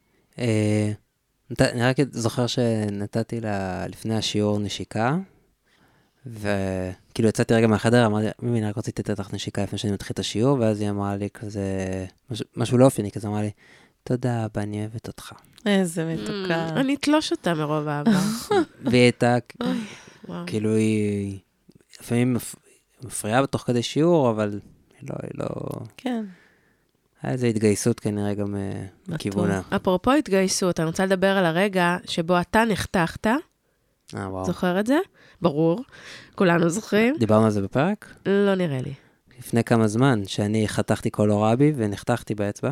אני רק זוכר שנתתי לה לפני השיעור נשיקה, וכאילו יצאתי רגע מהחדר, אמרתי, מימי, אני רק רציתי לתת לך נשיקה לפני שאני מתחיל את השיעור, ואז היא אמרה לי כזה, משהו לא אופייני, כזה אמרה לי, תודה, אבא, אני אוהבת אותך. איזה מתוקה. אני אתלוש אותה מרוב האהבה. והיא הייתה, כאילו היא, לפעמים מפריעה בתוך כדי שיעור, אבל היא לא... כן. היה איזו התגייסות כנראה גם בכיוונה. אפרופו התגייסות, אני רוצה לדבר על הרגע שבו אתה נחתכת. וואו. זוכר את זה? ברור. כולנו זוכרים. דיברנו על זה בפרק? לא נראה לי. לפני כמה זמן, שאני חתכתי קולורבי ונחתכתי באצבע.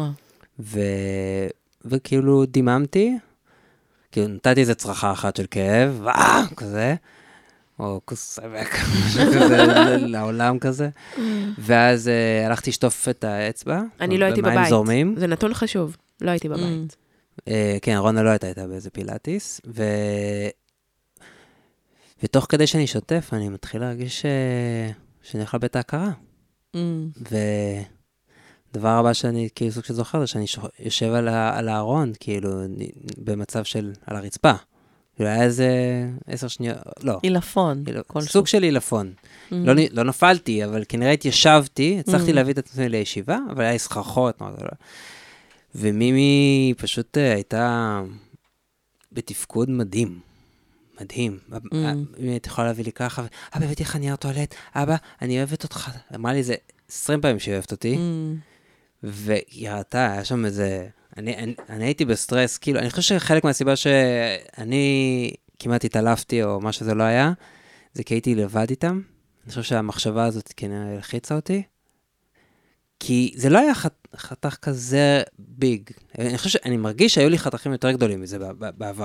וכאילו דיממתי, כאילו נתתי איזה צרחה אחת של כאב, כזה, או כוסבק, כזה לעולם כזה, ואז הלכתי לשטוף את האצבע, אני לא הייתי בבית, זורמים. זה נתון חשוב, לא הייתי בבית. כן, רונה לא הייתה באיזה פילאטיס, ותוך כדי שאני שוטף, אני מתחיל להרגיש שאני הולך לבית ההכרה. דבר הבא שאני כאילו סוג שזוכר, זה שאני יושב על הארון, כאילו, במצב של, על הרצפה. כאילו, היה איזה 10 שניות, לא. אילפון. סוג של אילפון. לא נפלתי, אבל כנראה התיישבתי, הצלחתי להביא את עצמי לישיבה, אבל היה סחרחורת. ומימי פשוט הייתה בתפקוד מדהים. מדהים. אם את יכולה להביא לי ככה, אבא, הבאתי לך נייר טואלט, אבא, אני אוהבת אותך. אמרה לי זה 20 פעמים שהיא אוהבת אותי. והיא ראתה, היה שם איזה, אני הייתי בסטרס, כאילו, אני חושב שחלק מהסיבה שאני כמעט התעלפתי, או מה שזה לא היה, זה כי הייתי לבד איתם. אני חושב שהמחשבה הזאת כנראה הלחיצה אותי, כי זה לא היה חתך כזה ביג. אני חושב שאני מרגיש שהיו לי חתכים יותר גדולים מזה בעבר.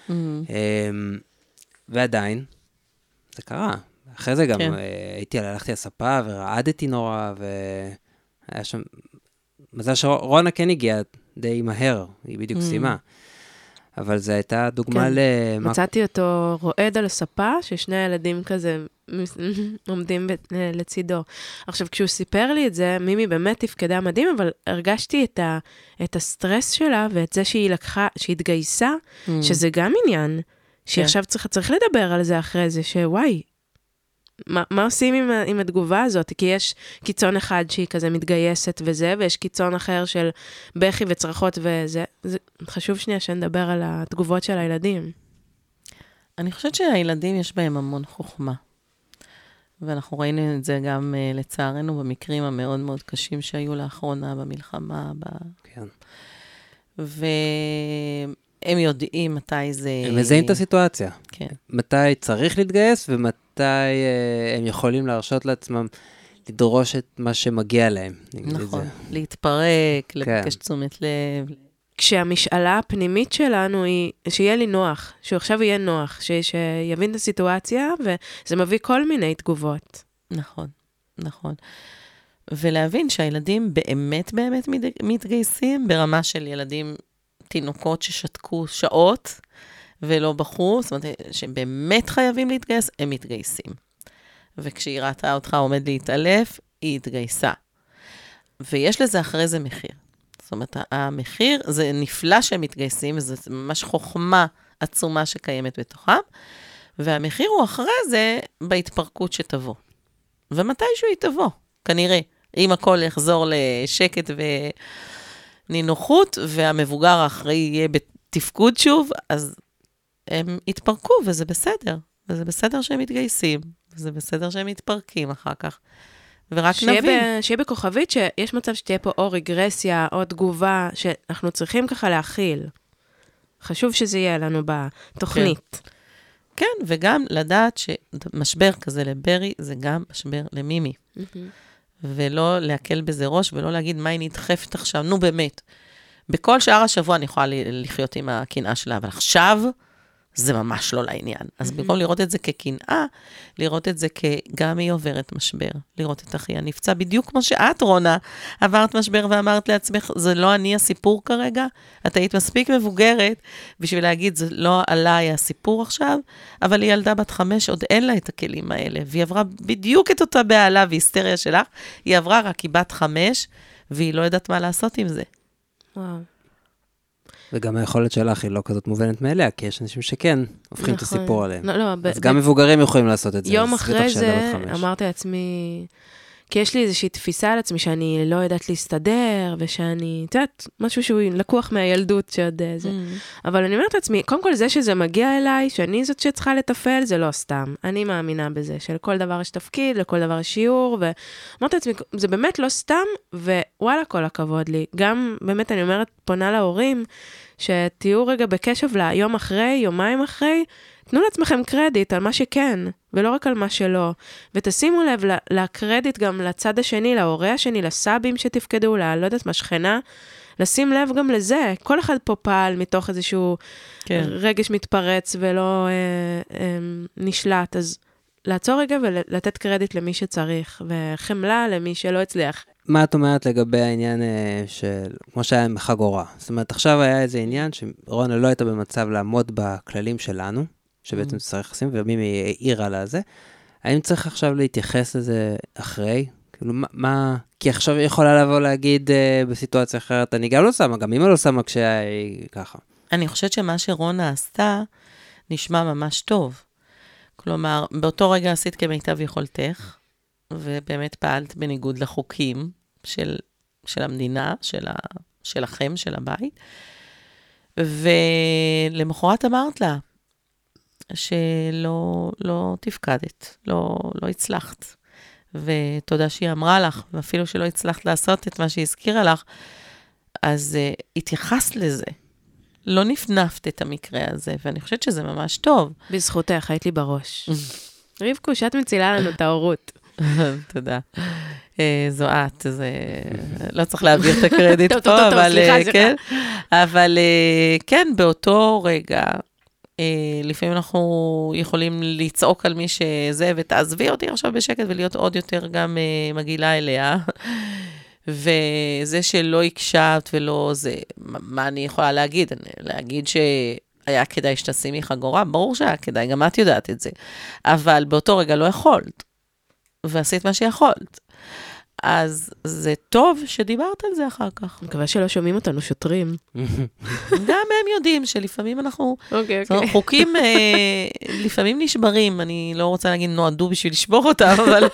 ועדיין, זה קרה. אחרי זה גם הלכתי לספה, ורעדתי נורא, והיה שם... מזל שרונה כן הגיעה די מהר, היא בדיוק סיימה. אבל זו הייתה דוגמה מצאתי אותו רועד על הספה, ששני הילדים כזה עומדים לצידו. עכשיו, כשהוא סיפר לי את זה, מימי באמת תפקדה מדהים, אבל הרגשתי את הסטרס שלה, ואת זה שהיא התגייסה, שזה גם עניין, שעכשיו צריך לדבר על זה אחרי זה, שוואי, מה עושים עם התגובה הזאת? כי יש קיצון אחד שהיא כזה מתגייסת וזה, ויש קיצון אחר של בכי וצרחות וזה. חשוב שנייה שנדבר על התגובות של הילדים. אני חושבת שהילדים יש בהם המון חוכמה. ואנחנו ראינו את זה גם לצערנו במקרים המאוד מאוד קשים שהיו לאחרונה במלחמה. כן. והם יודעים מתי זה... הם מזהים את הסיטואציה. כן. מתי צריך להתגייס ומתי הם יכולים להרשות לעצמם לדרוש את מה שמגיע להם. נכון, להתפרק, לבקש תשומת לב. כשהמשאלה הפנימית שלנו היא שיהיה לי נוח, שעכשיו יהיה נוח, שיבין את הסיטואציה, וזה מביא כל מיני תגובות. נכון, נכון. ולהבין שהילדים באמת באמת מתגייסים, ברמה של ילדים תינוקות ששתקו שעות, ולא בחרו, זאת אומרת, שהם באמת חייבים להתגייס, הם מתגייסים. וכשהיא ראתה אותך עומד להתעלף, היא התגייסה. ויש לזה אחרי זה מחיר. זאת אומרת, המחיר, זה נפלא שהם מתגייסים, זה ממש חוכמה עצומה שקיימת בתוכם, והמחיר הוא אחרי זה בהתפרקות שתבוא. ומתישהו היא תבוא, כנראה. אם הכל יחזור לשקט ונינוחות, והמבוגר האחראי יהיה בתפקוד שוב, אז הם יתפרקו, וזה בסדר. וזה בסדר שהם מתגייסים, וזה בסדר שהם מתפרקים אחר כך. ורק נבין. שיהיה בכוכבית שיש מצב שתהיה פה או רגרסיה, או תגובה, שאנחנו צריכים ככה להכיל. חשוב שזה יהיה לנו בתוכנית. כן, וגם לדעת שמשבר כזה לברי, זה גם משבר למימי. ולא להקל בזה ראש, ולא להגיד מה היא נדחפת עכשיו, נו באמת. בכל שאר השבוע אני יכולה לחיות עם הקנאה שלה, אבל עכשיו זה ממש לא לעניין. אז במקום לראות את זה כקנאה, לראות את זה כגם היא עוברת משבר, לראות את אחיה נפצע, בדיוק כמו שאת, רונה, עברת משבר ואמרת לעצמך, זה לא אני הסיפור כרגע, את היית מספיק מבוגרת, בשביל להגיד, זה לא עליי הסיפור עכשיו, אבל היא ילדה בת 5, עוד אין לה את הכלים האלה, והיא עברה בדיוק את אותה בעלה והיסטריה שלך, היא עברה רק היא בת 5, והיא לא יודעת מה לעשות עם זה. וואו. וגם היכולת שלך היא לא כזאת מובנת מאליה, כי יש אנשים שכן הופכים את הסיפור עליהם. לא, אז גם מבוגרים יכולים לעשות את זה. יום אחרי זה אמרתי לעצמי, כי יש לי איזושהי תפיסה על עצמי שאני לא יודעת להסתדר, ושאני, את יודעת, משהו שהוא לקוח מהילדות שעוד זה. אבל אני אומרת לעצמי, קודם כל זה שזה מגיע אליי, שאני זאת שצריכה לטפל, זה לא סתם. אני מאמינה בזה, שלכל דבר יש תפקיד, לכל דבר יש שיעור, ואמרתי לעצמי, זה באמת לא סתם, ווואלה, כל הכבוד לי. גם, באמת, אני אומרת, פונה להורים, שתהיו רגע בקשב ליום אחרי, יומיים אחרי, תנו לעצמכם קרדיט על מה שכן, ולא רק על מה שלא. ותשימו לב לקרדיט גם לצד השני, להורי השני, לסבים שתפקדו, לא יודעת מה, שכנה, לשים לב גם לזה. כל אחד פה פעל מתוך איזשהו רגש מתפרץ ולא נשלט. אז לעצור רגע ולתת קרדיט למי שצריך, וחמלה למי שלא הצליח. מה את אומרת לגבי העניין של, כמו שהיה עם חגורה? זאת אומרת, עכשיו היה איזה עניין שרונה לא הייתה במצב לעמוד בכללים שלנו, שבעצם צריך לשים, ומימי העירה לה זה. האם צריך עכשיו להתייחס לזה אחרי? כאילו, מה? כי עכשיו היא יכולה לבוא להגיד בסיטואציה אחרת, אני גם לא שמה, גם אמא לא שמה כשהיה ככה. אני חושבת שמה שרונה עשתה, נשמע ממש טוב. כלומר, באותו רגע עשית כמיטב יכולתך, ובאמת פעלת בניגוד לחוקים של המדינה, שלכם, של הבית, ולמחרת אמרת לה, שלא תפקדת, לא הצלחת. ותודה שהיא אמרה לך, ואפילו שלא הצלחת לעשות את מה שהיא הזכירה לך, אז התייחסת לזה. לא נפנפת את המקרה הזה, ואני חושבת שזה ממש טוב. בזכותך, היית לי בראש. רבקו, שאת מצילה לנו את ההורות. תודה. זו את, לא צריך להעביר את הקרדיט פה, אבל כן, באותו רגע, לפעמים אנחנו יכולים לצעוק על מי שזה, ותעזבי אותי עכשיו בשקט, ולהיות עוד יותר גם מגילה אליה, וזה שלא הקשבת ולא זה, מה אני יכולה להגיד? להגיד שהיה כדאי שתשימי חגורה, ברור שהיה כדאי, גם את יודעת את זה, אבל באותו רגע לא יכולת, ועשית מה שיכולת. אז זה טוב שדיברת על זה אחר כך. אני מקווה שלא שומעים אותנו שוטרים. גם הם יודעים שלפעמים אנחנו... חוקים לפעמים נשברים, אני לא רוצה להגיד נועדו בשביל לשבור אותם, אבל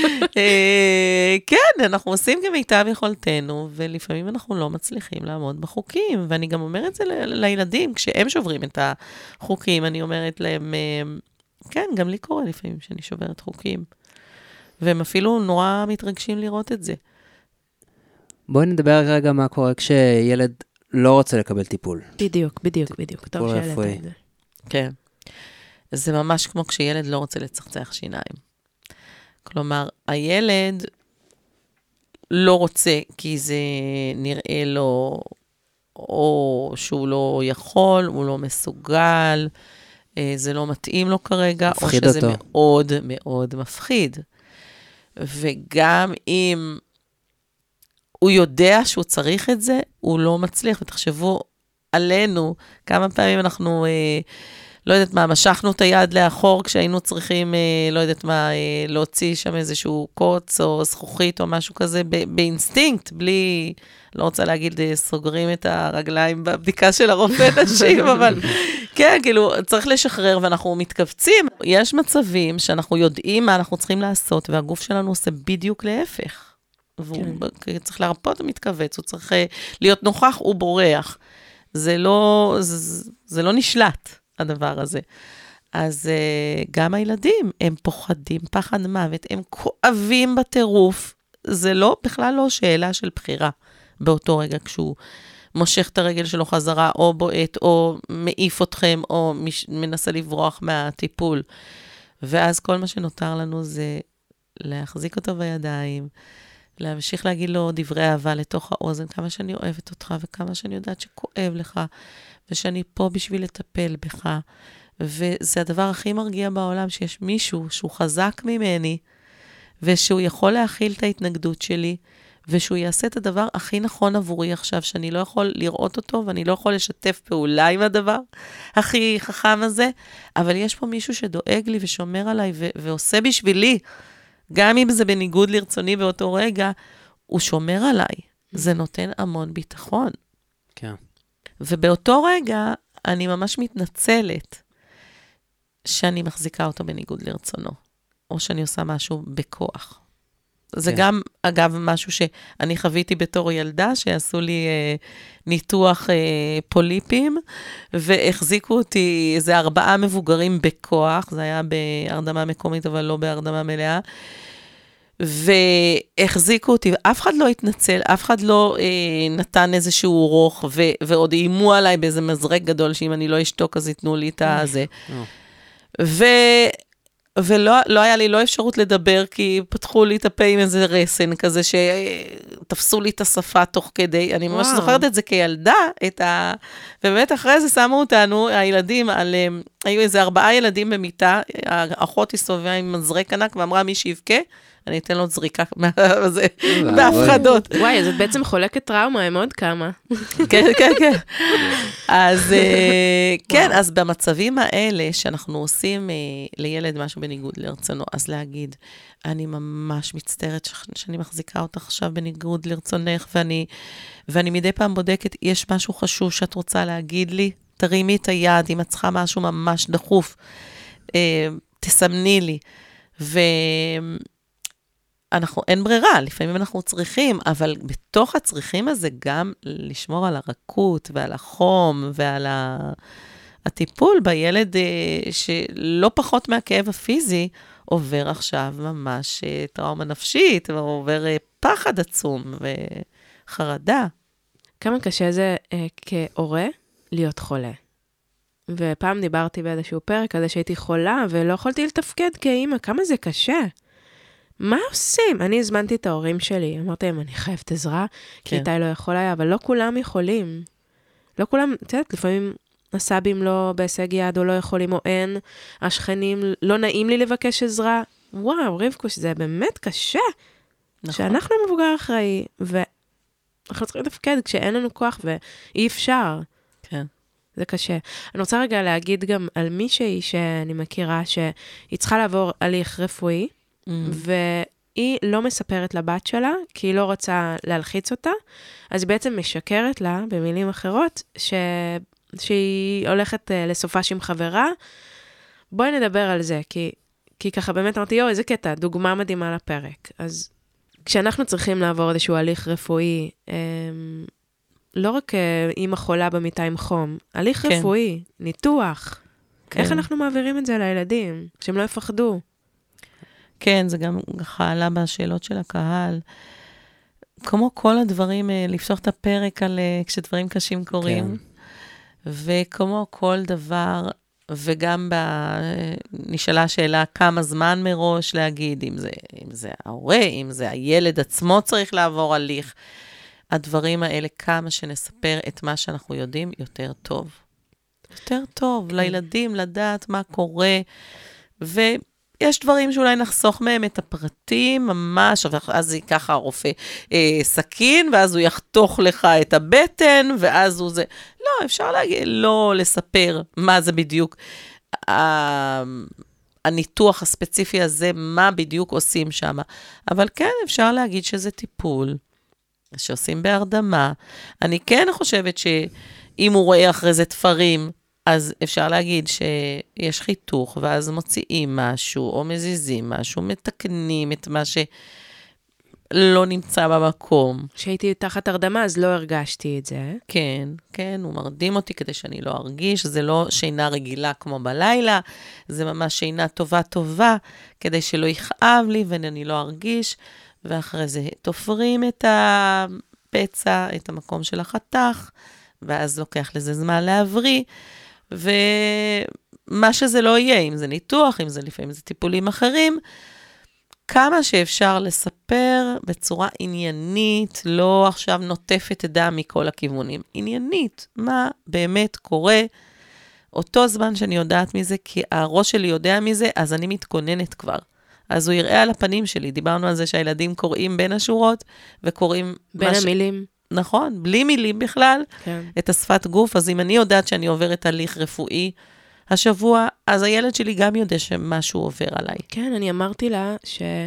כן, אנחנו עושים כמיטב יכולתנו, ולפעמים אנחנו לא מצליחים לעמוד בחוקים, ואני גם אומרת את זה לילדים, כשהם שוברים את החוקים, אני אומרת להם, כן, גם לי קורה לפעמים שאני שוברת חוקים. והם אפילו נורא מתרגשים לראות את זה. בואי נדבר רגע מה קורה כשילד לא רוצה לקבל טיפול. בדיוק. טוב שהעלית את זה. כן. זה ממש כמו כשילד לא רוצה לצחצח שיניים. כלומר, הילד לא רוצה כי זה נראה לו, או שהוא לא יכול, הוא לא מסוגל, זה לא מתאים לו כרגע, או שזה אותו. מאוד מאוד מפחיד. וגם אם הוא יודע שהוא צריך את זה, הוא לא מצליח. ותחשבו עלינו, כמה פעמים אנחנו, לא יודעת מה, משכנו את היד לאחור, כשהיינו צריכים, לא יודעת מה, להוציא שם איזשהו קוץ, או זכוכית, או משהו כזה, באינסטינקט, בלי, לא רוצה להגיד, סוגרים את הרגליים בבדיקה של הרופא נשים, אבל כן, כאילו, צריך לשחרר, ואנחנו מתכווצים. יש מצבים שאנחנו יודעים מה אנחנו צריכים לעשות, והגוף שלנו עושה בדיוק להפך. והוא צריך להרפות ומתכווץ, הוא צריך להיות נוכח, הוא בורח. זה לא נשלט, הדבר הזה. אז גם הילדים, הם פוחדים, פחד מוות, הם כואבים בטירוף. זה לא, בכלל לא שאלה של בחירה, באותו רגע כשהוא מושך את הרגל שלו חזרה, או בועט, או מעיף אתכם, או מנסה לברוח מהטיפול. ואז כל מה שנותר לנו זה להחזיק אותו בידיים, להמשיך להגיד לו דברי אהבה לתוך האוזן, כמה שאני אוהבת אותך, וכמה שאני יודעת שכואב לך, ושאני פה בשביל לטפל בך, וזה הדבר הכי מרגיע בעולם, שיש מישהו שהוא חזק ממני, ושהוא יכול להכיל את ההתנגדות שלי, ושהוא יעשה את הדבר הכי נכון עבורי עכשיו, שאני לא יכול לראות אותו, ואני לא יכול לשתף פעולה עם הדבר הכי חכם הזה, אבל יש פה מישהו שדואג לי ושומר עליי, ועושה בשבילי, גם אם זה בניגוד לרצוני באותו רגע, הוא שומר עליי. זה נותן המון ביטחון. כן. ובאותו רגע, אני ממש מתנצלת שאני מחזיקה אותו בניגוד לרצונו, או שאני עושה משהו בכוח. זה גם, אגב, משהו שאני חוויתי בתור ילדה, שעשו לי ניתוח פוליפים, והחזיקו אותי איזה 4 מבוגרים בכוח, זה היה בהרדמה מקומית, אבל לא בהרדמה מלאה, והחזיקו אותי, ואף אחד לא התנצל, אף אחד לא נתן איזשהו רוך, ועוד אימו עליי באיזה מזרק גדול, שאם אני לא אשתוק, אז ייתנו לי את הזה. ולא היה לי לא אפשרות לדבר, כי פתחו לי את הפה עם איזה רסן כזה, שתפסו לי את השפה תוך כדי, אני ממש זוכרת את זה כילדה, ובאמת אחרי זה שמו אותנו, הילדים, היו איזה 4 ילדים במיטה, האחות הסתובבה עם מזרק ענק, ואמרה מי שיבכה, אני אתן לו זריקה בהפחדות. וואי, אז את בעצם חולקת טראומה, הם עוד כמה. כן, כן, כן. אז כן, אז במצבים האלה שאנחנו עושים לילד משהו בניגוד לרצונו, אז להגיד, אני ממש מצטערת שאני מחזיקה אותך עכשיו בניגוד לרצונך, ואני מדי פעם בודקת, יש משהו חשוב שאת רוצה להגיד לי, תרימי את היד, אם את צריכה משהו ממש דחוף, תסמני לי. אין ברירה, לפעמים אנחנו צריכים, אבל בתוך הצריכים הזה גם לשמור על הרכות ועל החום ועל הטיפול בילד שלא פחות מהכאב הפיזי, עובר עכשיו ממש טראומה נפשית, ועובר פחד עצום וחרדה. כמה קשה זה כהורה להיות חולה. ופעם דיברתי באיזשהו פרק על זה שהייתי חולה, ולא יכולתי לתפקד כאימא, כמה זה קשה. מה עושים? אני הזמנתי את ההורים שלי, אמרתי להם, אני חייבת עזרה, כי איתי לא יכול היה, אבל לא כולם יכולים. לא כולם, את יודעת, לפעמים הסבים לא בהישג יד, או לא יכולים, או אין, השכנים, לא נעים לי לבקש עזרה. וואו, רבקוש, זה באמת קשה. נכון. שאנחנו מבוגר אחראי, ואנחנו צריכים לתפקד כשאין לנו כוח, ואי אפשר. כן. זה קשה. אני רוצה רגע להגיד גם על מישהי שאני מכירה, שהיא צריכה לעבור הליך רפואי, והיא לא מספרת לבת שלה, כי היא לא רוצה להלחיץ אותה, אז היא בעצם משקרת לה, במילים אחרות, שהיא הולכת לסופש עם חברה. בואי נדבר על זה, כי ככה באמת אמרתי, איזה קטע, דוגמה מדהימה לפרק. אז כשאנחנו צריכים לעבור איזשהו הליך רפואי, לא רק אימא חולה במיטה עם חום, הליך רפואי, ניתוח, איך אנחנו מעבירים את זה לילדים, שהם לא יפחדו? כן, זה גם עלה בשאלות של הקהל. כמו כל הדברים, לפתוח את הפרק על כשדברים קשים קורים. כן. וכמו כל דבר, וגם נשאלה השאלה כמה זמן מראש להגיד, אם זה ההורה, אם זה הילד עצמו צריך לעבור הליך. הדברים האלה, כמה שנספר את מה שאנחנו יודעים, יותר טוב. יותר טוב, כן. לילדים לדעת מה קורה, יש דברים שאולי נחסוך מהם את הפרטים, ממש, אז ייקח הרופא סכין, ואז הוא יחתוך לך את הבטן, ואז הוא זה... לא, אפשר להגיד, לא לספר מה זה בדיוק, הניתוח הספציפי הזה, מה בדיוק עושים שם. אבל כן, אפשר להגיד שזה טיפול, שעושים בהרדמה. אני כן חושבת שאם הוא רואה אחרי זה תפרים, אז אפשר להגיד שיש חיתוך, ואז מוציאים משהו, או מזיזים משהו, מתקנים את מה שלא נמצא במקום. כשהייתי תחת הרדמה, אז לא הרגשתי את זה. כן, כן, הוא מרדים אותי כדי שאני לא ארגיש, זה לא שינה רגילה כמו בלילה, זה ממש שינה טובה, כדי שלא יכאב לי ואני לא ארגיש, ואחרי זה תופרים את הפצע, את המקום של החתך, ואז לוקח לזה זמן להבריא, ומה שזה לא יהיה, אם זה ניתוח, אם זה לפעמים זה טיפולים אחרים, כמה שאפשר לספר בצורה עניינית, לא עכשיו נוטפת דם מכל הכיוונים, עניינית, מה באמת קורה, אותו זמן שאני יודעת מזה, כי הראש שלי יודע מזה, אז אני מתכוננת כבר. אז הוא יראה על הפנים שלי. דיברנו על זה שהילדים קוראים בין השורות, וקוראים... בין המילים. נכון, בלי מילים בכלל, כן. את השפת גוף. אז אם אני יודעת שאני עוברת תהליך רפואי השבוע, אז הילד שלי גם יודע שמשהו עובר עליי. כן, אני אמרתי לה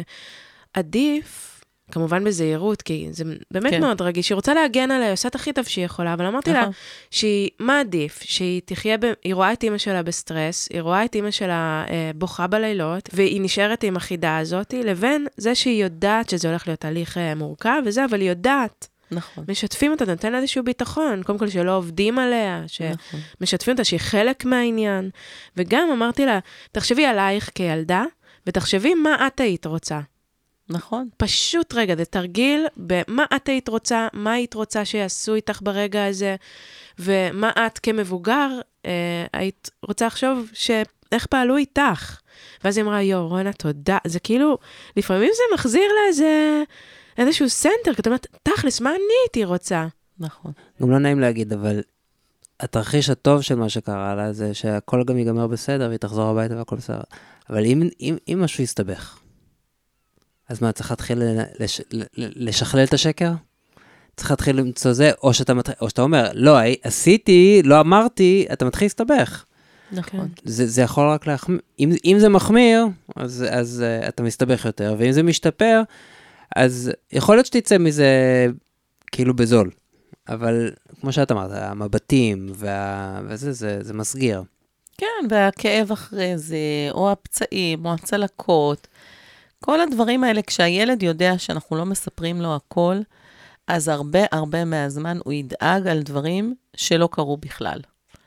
שעדיף, כמובן בזהירות, כי זה באמת כן. מאוד רגיש, היא רוצה להגן עליה, עושה את הכי טוב שהיא יכולה, אבל אמרתי לה מה עדיף? שהיא תחיה, היא רואה את אמא שלה בסטרס, היא רואה את אמא שלה בוכה בלילות, והיא נשארת עם החידה הזאת, לבין זה שהיא יודעת שזה הולך להיות תהליך מורכב וזה, אבל היא יודעת. נכון. משתפים אותה, נותן לה איזשהו ביטחון, קודם כל שלא עובדים עליה, שמשתפים אותה שהיא חלק מהעניין, וגם אמרתי לה, תחשבי עלייך כילדה, ותחשבי מה את היית רוצה. נכון. פשוט רגע, זה תרגיל במה את היית רוצה, מה היית רוצה שיעשו איתך ברגע הזה, ומה את כמבוגר היית רוצה לחשוב איך פעלו איתך. ואז היא אמרה, רונה, תודה. זה כאילו, לפעמים זה מחזיר לה איזשהו סנטר, כי אתה אומרת, תכלס, מה אני הייתי רוצה? נכון. גם לא נעים להגיד, אבל התרחיש הטוב של מה שקרה לה, זה שהכל גם ייגמר בסדר, והיא תחזור הביתה והכל בסדר. אבל אם משהו יסתבך, אז מה, צריך להתחיל לשכלל את השקר? צריך להתחיל למצוא זה, או שאתה אומר, לא, עשיתי, לא אמרתי, אתה מתחיל להסתבך. נכון. זה יכול רק להחמיר. אם זה מחמיר, אז אתה מסתבך יותר, ואם זה משתפר, אז יכול להיות שתצא מזה כאילו בזול. אבל כמו שאת אמרת, המבטים וזה, זה מסגיר. כן, והכאב אחרי זה, או הפצעים, או הצלקות, כל הדברים האלה, כשהילד יודע שאנחנו לא מספרים לו הכל, אז הרבה מהזמן הוא ידאג על דברים שלא קרו בכלל.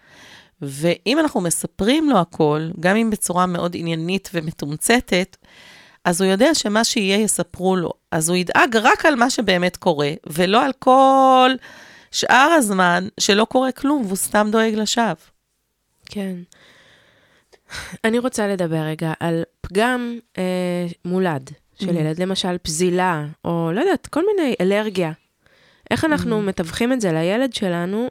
ואם אנחנו מספרים לו הכל, גם אם בצורה מאוד עניינית ומתומצתת, אז הוא יודע שמה שיהיה יספרו לו. אז הוא ידאג רק על מה שבאמת קורה, ולא על כל שאר הזמן שלא קורה כלום, והוא סתם דואג לשווא. כן. אני רוצה לדבר רגע על פגם מולד של ילד, למשל פזילה, או לא יודעת, כל מיני אלרגיה. איך אנחנו מתווכים את זה לילד שלנו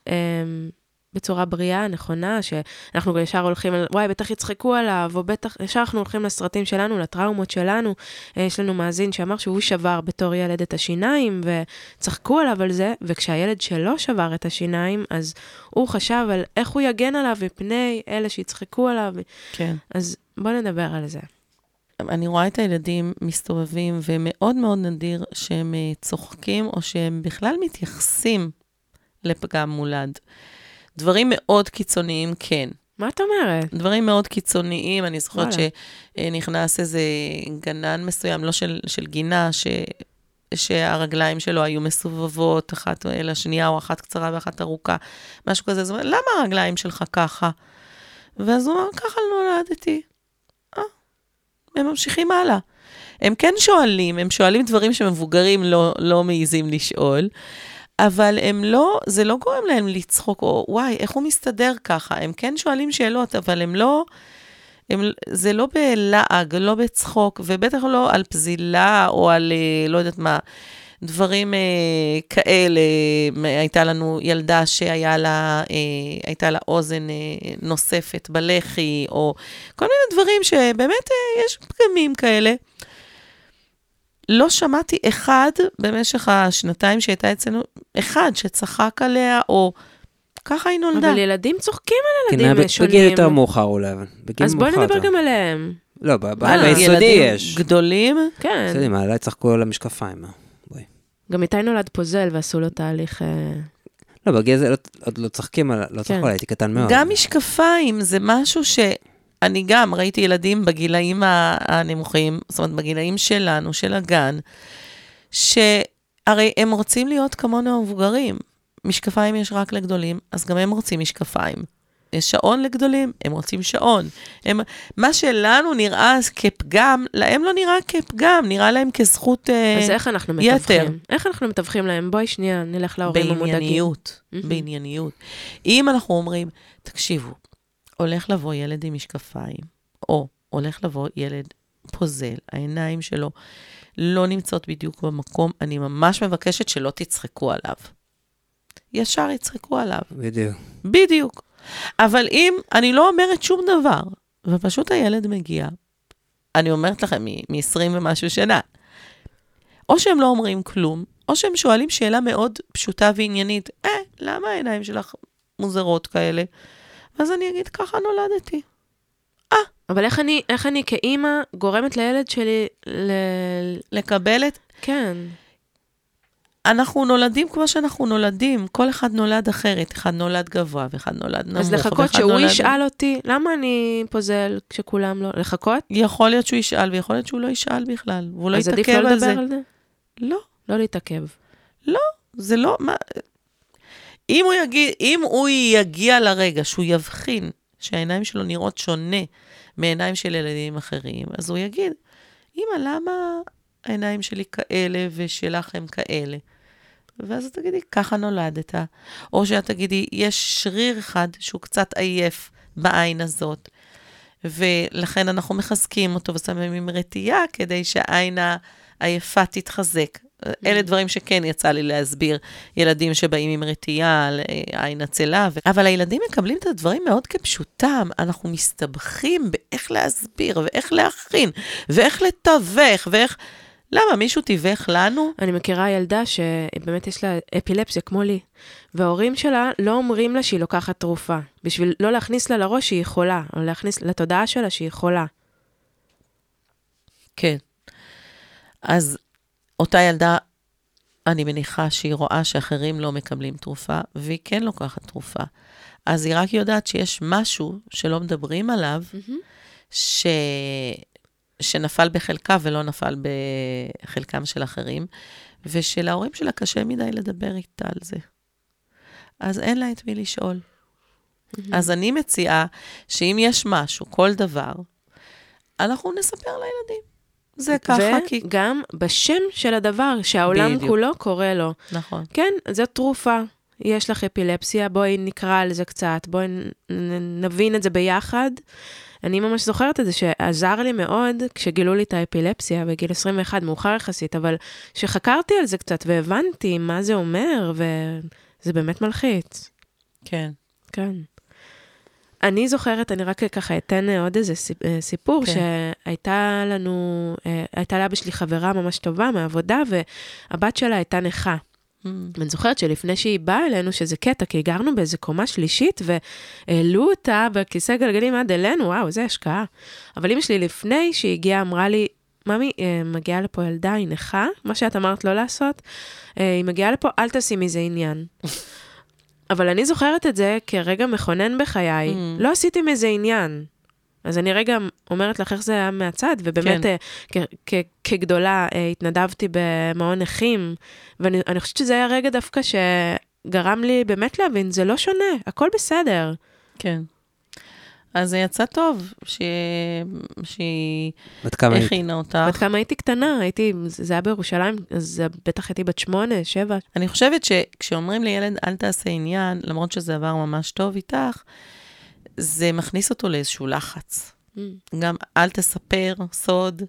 בצורה בריאה, נכונה, שאנחנו ישר הולכים, וואי, בטח יצחקו עליו, או בטח, ישר אנחנו הולכים לסרטים שלנו, לטראומות שלנו. יש לנו מאזין שאמר שהוא שבר בתור ילד את השיניים, וצחקו עליו על זה, וכשהילד שלו שבר את השיניים, אז הוא חשב על איך הוא יגן עליו, מפני אלה שיצחקו עליו. כן. אז בוא נדבר על זה. אני רואה את הילדים מסתובבים, ומאוד מאוד נדיר שהם צוחקים, או שהם בכלל מתייחסים לפגם מולד. דברים מאוד קיצוניים, כן. מה את אומרת? דברים מאוד קיצוניים, אני זוכרת שנכנס איזה גנן מסוים, לא של גינה, שהרגליים שלו היו מסובבות, אחת לשנייה, או אחת קצרה ואחת ארוכה, משהו כזה. זאת אומרת, למה הרגליים שלך ככה? ואז הוא אמר, ככה נולדתי. הם ממשיכים הלאה. הם כן שואלים, הם שואלים דברים שמבוגרים לא מעיזים לשאול, אבל זה לא גורם להם לצחוק, או וואי, איך הוא מסתדר ככה? הם כן שואלים שאלות, אבל זה לא בלעג, לא בצחוק, ובטח לא על פזילה, או על, לא יודעת מה, דברים כאלה. הייתה לנו ילדה הייתה לה אוזן נוספת בלחי, או כל מיני דברים שבאמת יש פגמים כאלה. לא שמעתי אחד במשך השנתיים שהייתה אצלנו, אחד שצחק עליה, או ככה היא נולדה. אבל ילדים צוחקים על ילדים שונים. בגיל יותר מאוחר אולי. אז בואי נדבר גם עליהם. לא, ביסודי יש. ילדים גדולים? כן. בסדר, מה, אולי צחקו על המשקפיים. בואי. גם איתי נולד פוזל ועשו לו תהליך... לא, בגיל זה עוד לא צחקים, לא צחקו עליי, הייתי קטן מאוד. גם משקפיים זה משהו אני גם ראיתי ילדים בגילאים הנמוכים, זאת אומרת, בגילאים שלנו, של הגן, שהרי הם רוצים להיות כמונו המבוגרים. משקפיים יש רק לגדולים, אז גם הם רוצים משקפיים. יש שעון לגדולים, הם רוצים שעון. מה שלנו נראה כפגם, להם לא נראה כפגם, נראה להם כזכות יתר. אז איך אנחנו מתווכים? איך אנחנו מתווכים להם? בואי שנייה, נלך להורים המודאגים. בענייניות. אם אנחנו אומרים, תקשיבו, הולך לבוא ילד עם משקפיים, או הולך לבוא ילד פוזל, העיניים שלו לא נמצאות בדיוק במקום, אני ממש מבקשת שלא תצחקו עליו. ישר יצחקו עליו. בדיוק. בדיוק. אבל אם אני לא אומרת שום דבר, ופשוט הילד מגיע, אני אומרת לכם, מ-20 ומשהו שנה, או שהם לא אומרים כלום, או שהם שואלים שאלה מאוד פשוטה ועניינית, למה העיניים שלך מוזרות כאלה? אז אני אגיד, ככה נולדתי. אבל איך אני כאימא גורמת לילד שלי לקבל את... כן. אנחנו נולדים כמו שאנחנו נולדים, כל אחד נולד אחרת, אחד נולד גבוה, ואחד נולד נמוך. אז לחכות שהוא ישאל אותי, למה אני פוזל כשכולם לא... לחכות? יכול להיות שהוא ישאל, ויכול להיות שהוא לא ישאל בכלל, והוא לא יתעכב על זה. אז עדיף לא לדבר על זה? לא. לא להתעכב. לא, זה לא... אם הוא יגיע לרגע שהוא יבחין שהעיניים שלו נראות שונה מעיניים של ילדים אחרים, אז הוא יגיד, אמא, למה העיניים שלי כאלה ושלך הם כאלה? ואז אתה תגידי, ככה נולדת. או שאת תגידי, יש שריר אחד שהוא קצת עייף בעין הזאת, ולכן אנחנו מחזקים אותו ושמים עם רטייה, כדי שהעין העייפה תתחזק. אלה דברים שכן יצא לי להסביר, ילדים שבאים עם רטייה, עין עצלה, אבל הילדים מקבלים את הדברים מאוד כפשוטם, אנחנו מסתבכים באיך להסביר, ואיך להכין, ואיך לתווך, ואיך... למה? מישהו תיווך לנו? אני מכירה ילדה שבאמת יש לה אפילפסיה כמו לי, וההורים שלה לא אומרים לה שהיא לוקחת תרופה, בשביל לא להכניס לה לראש שהיא יכולה, או להכניס לתודעה שלה שהיא יכולה. כן. אז אותה ילדה, אני מניחה שהיא רואה שאחרים לא מקבלים תרופה, והיא כן לוקחת תרופה. אז היא רק יודעת שיש משהו שלא מדברים עליו, שנפל בחלקה ולא נפל בחלקם של אחרים, ושלהורים שלה קשה מדי לדבר איתה על זה. אז אין לה את מי לשאול. אז אני מציעה שאם יש משהו, כל דבר, אנחנו נספר לילדים. זה ככה, כי... וגם בשם של הדבר, שהעולם בדיוק. כולו קורא לו. נכון. כן, זו תרופה. יש לך אפילפסיה, בואי נקרא על זה קצת, בואי נבין את זה ביחד. אני ממש זוכרת את זה, שעזר לי מאוד כשגילו לי את האפילפסיה בגיל 21, מאוחר יחסית, אבל שחקרתי על זה קצת והבנתי מה זה אומר, וזה באמת מלחיץ. כן. כן. אני זוכרת, אני רק ככה אתן עוד איזה סיפור, כן. שהייתה לנו, הייתה לאבא שלי חברה ממש טובה מהעבודה, והבת שלה הייתה נכה. אני זוכרת שלפני שהיא באה אלינו, שזה קטע, כי הגרנו באיזה קומה שלישית, והעלו אותה בכיסא גלגלים עד אלינו, וואו, זה השקעה. אבל אמא שלי לפני שהיא הגיעה, אמרה לי, ממי, מגיעה לפה ילדה, היא נכה, מה שאת אמרת לא לעשות, היא מגיעה לפה, אל תעשי מזה עניין. אבל אני זוכרת את זה כרגע מכונן בחיי, לא עשיתי מזה עניין. אז אני רגע אומרת לך איך זה היה מהצד, ובאמת כגדולה התנדבתי במעון נכים, ואני חושבת שזה היה רגע דווקא שגרם לי באמת להבין, זה לא שונה, הכל בסדר. כן. אז זה יצא טוב, שהיא הכינה אותך. בת כמה הייתי קטנה, זה היה בירושלים, אז בטח הייתי בת 8, 7. אני חושבת שכשאומרים לילד, אל תעשה עניין, למרות שזה עבר ממש טוב איתך, זה מכניס אותו לאיזשהו לחץ. גם אל תספר סוד.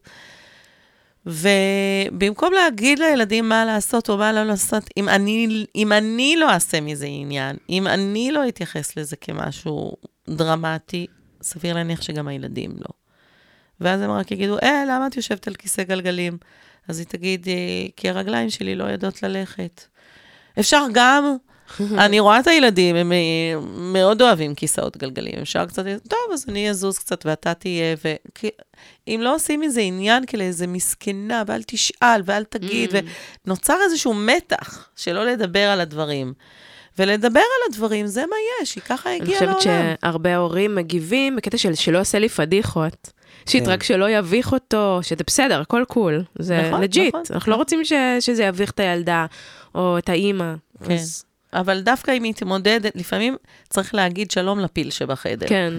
ובמקום להגיד לילדים מה לעשות או מה לא לעשות, אם אני לא אעשה מזה עניין, אם אני לא אתייחס לזה כמשהו דרמטי, סביר להניח שגם הילדים לא. ואז הם רק יגידו, למה את יושבת על כיסא גלגלים? אז היא תגיד, כי הרגליים שלי לא יודעות ללכת. אפשר גם... אני רואה את הילדים, הם מאוד אוהבים כיסאות גלגלים, אפשר קצת, טוב, אז אני אזוז קצת ואתה תהיה, אם לא עושים מזה עניין כאיזה מסכנה, ואל תשאל ואל תגיד, ונוצר איזשהו מתח שלא לדבר על הדברים. ולדבר על הדברים, זה מה יש, היא ככה הגיעה לעולם. אני חושבת שהרבה הורים מגיבים בקטע שלא עושה לי פדיחות, רק שלא יביך אותו, שזה בסדר, הכל קול, זה לג'יט, אנחנו לא רוצים שזה יביך את הילדה או את האימא. כן. אבל דווקא אם היא תמודדת, לפעמים צריך להגיד שלום לפיל שבחדר. כן.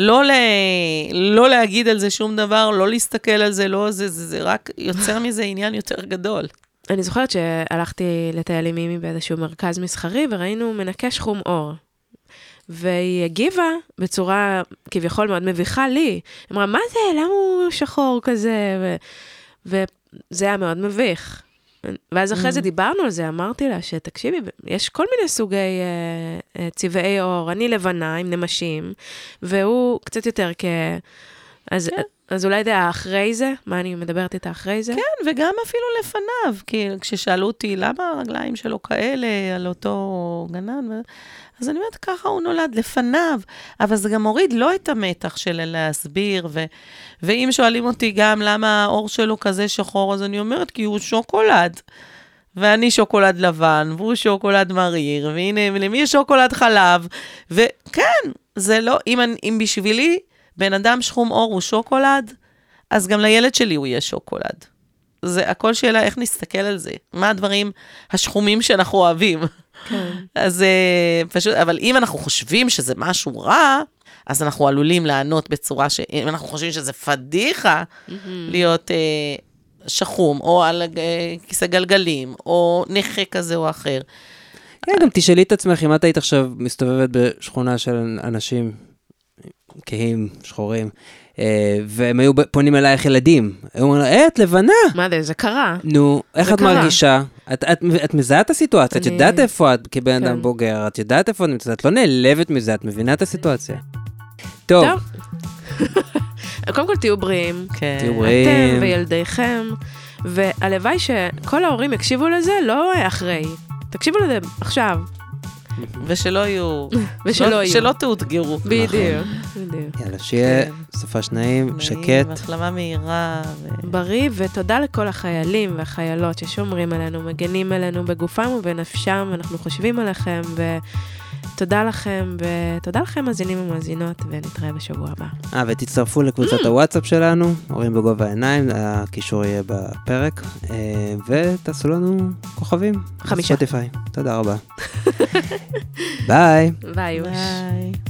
לא להגיד על זה שום דבר, לא להסתכל על זה, לא זה רק יוצר מזה עניין יותר גדול. אני זוכרת שהלכתי לטייל עם אימי באיזשהו מרכז מסחרי, וראינו מנקש חום אור. והיא הגיבה בצורה כביכול מאוד מביכה לי. היא אמרה, מה זה? למה הוא שחור כזה? וזה היה מאוד מביך. ואז אחרי זה דיברנו על זה, אמרתי לה שתקשיבי, יש כל מיני סוגי צבעי אור, אני לבנה עם נמשים, והוא קצת יותר אז אולי זה אחרי זה? מה אני מדברת איתה אחרי זה? כן, וגם אפילו לפניו, כי כששאלו אותי, למה הרגליים שלו כאלה, על אותו גנן, אז אני אומרת, ככה הוא נולד לפניו, אבל זה גם מוריד לא את המתח של להסביר, ואם שואלים אותי גם למה האור שלו כזה שחור, אז אני אומרת, כי הוא שוקולד, ואני שוקולד לבן, והוא שוקולד מריר, והנה, למי יש שוקולד חלב, וכן, זה לא, אם בשבילי, בן אדם שחום אור הוא שוקולד, אז גם לילד שלי הוא יהיה שוקולד. זה הכל שאלה איך נסתכל על זה. מה הדברים השחומים שאנחנו אוהבים. כן. אז פשוט, אבל אם אנחנו חושבים שזה משהו רע, אז אנחנו עלולים לענות בצורה אם אנחנו חושבים שזה פדיחה, להיות שחום, או על כיסא גלגלים, או נכה כזה או אחר. כן, גם תשאלי את עצמך, אם את היית עכשיו מסתובבת בשכונה של אנשים כהים, שחורים, והם היו פונים אלייך ילדים. הם אומרים, את לבנה. מה זה קרה. נו, איך את מרגישה? את מזהה את הסיטואציה, את יודעת איפה את כבן אדם בוגר, את יודעת איפה את נמצאת, את לא נעלבת מזה, את מבינה את הסיטואציה. טוב. קודם כל תהיו בריאים. תהיו בריאים. אתם וילדיכם, והלוואי שכל ההורים יקשיבו לזה, לא אחרי. תקשיבו לזה עכשיו. ושלא יהיו, שלא תאותגרו. בדיוק. יאללה, שיהיה סופה שניים, שקט. החלמה מהירה. בריא, ותודה לכל החיילים והחיילות ששומרים עלינו, מגנים עלינו בגופם ובנפשם, אנחנו חושבים עליכם, ותודה לכם, ותודה לכם מאזינים ומאזינות, ונתראה בשבוע הבא. ותצטרפו לקבוצת הוואטסאפ שלנו, הורים בגובה העיניים, הקישור יהיה בפרק, ותעשו לנו כוכבים. 5. ספוטיפיי. תודה רבה. ביי. ביי.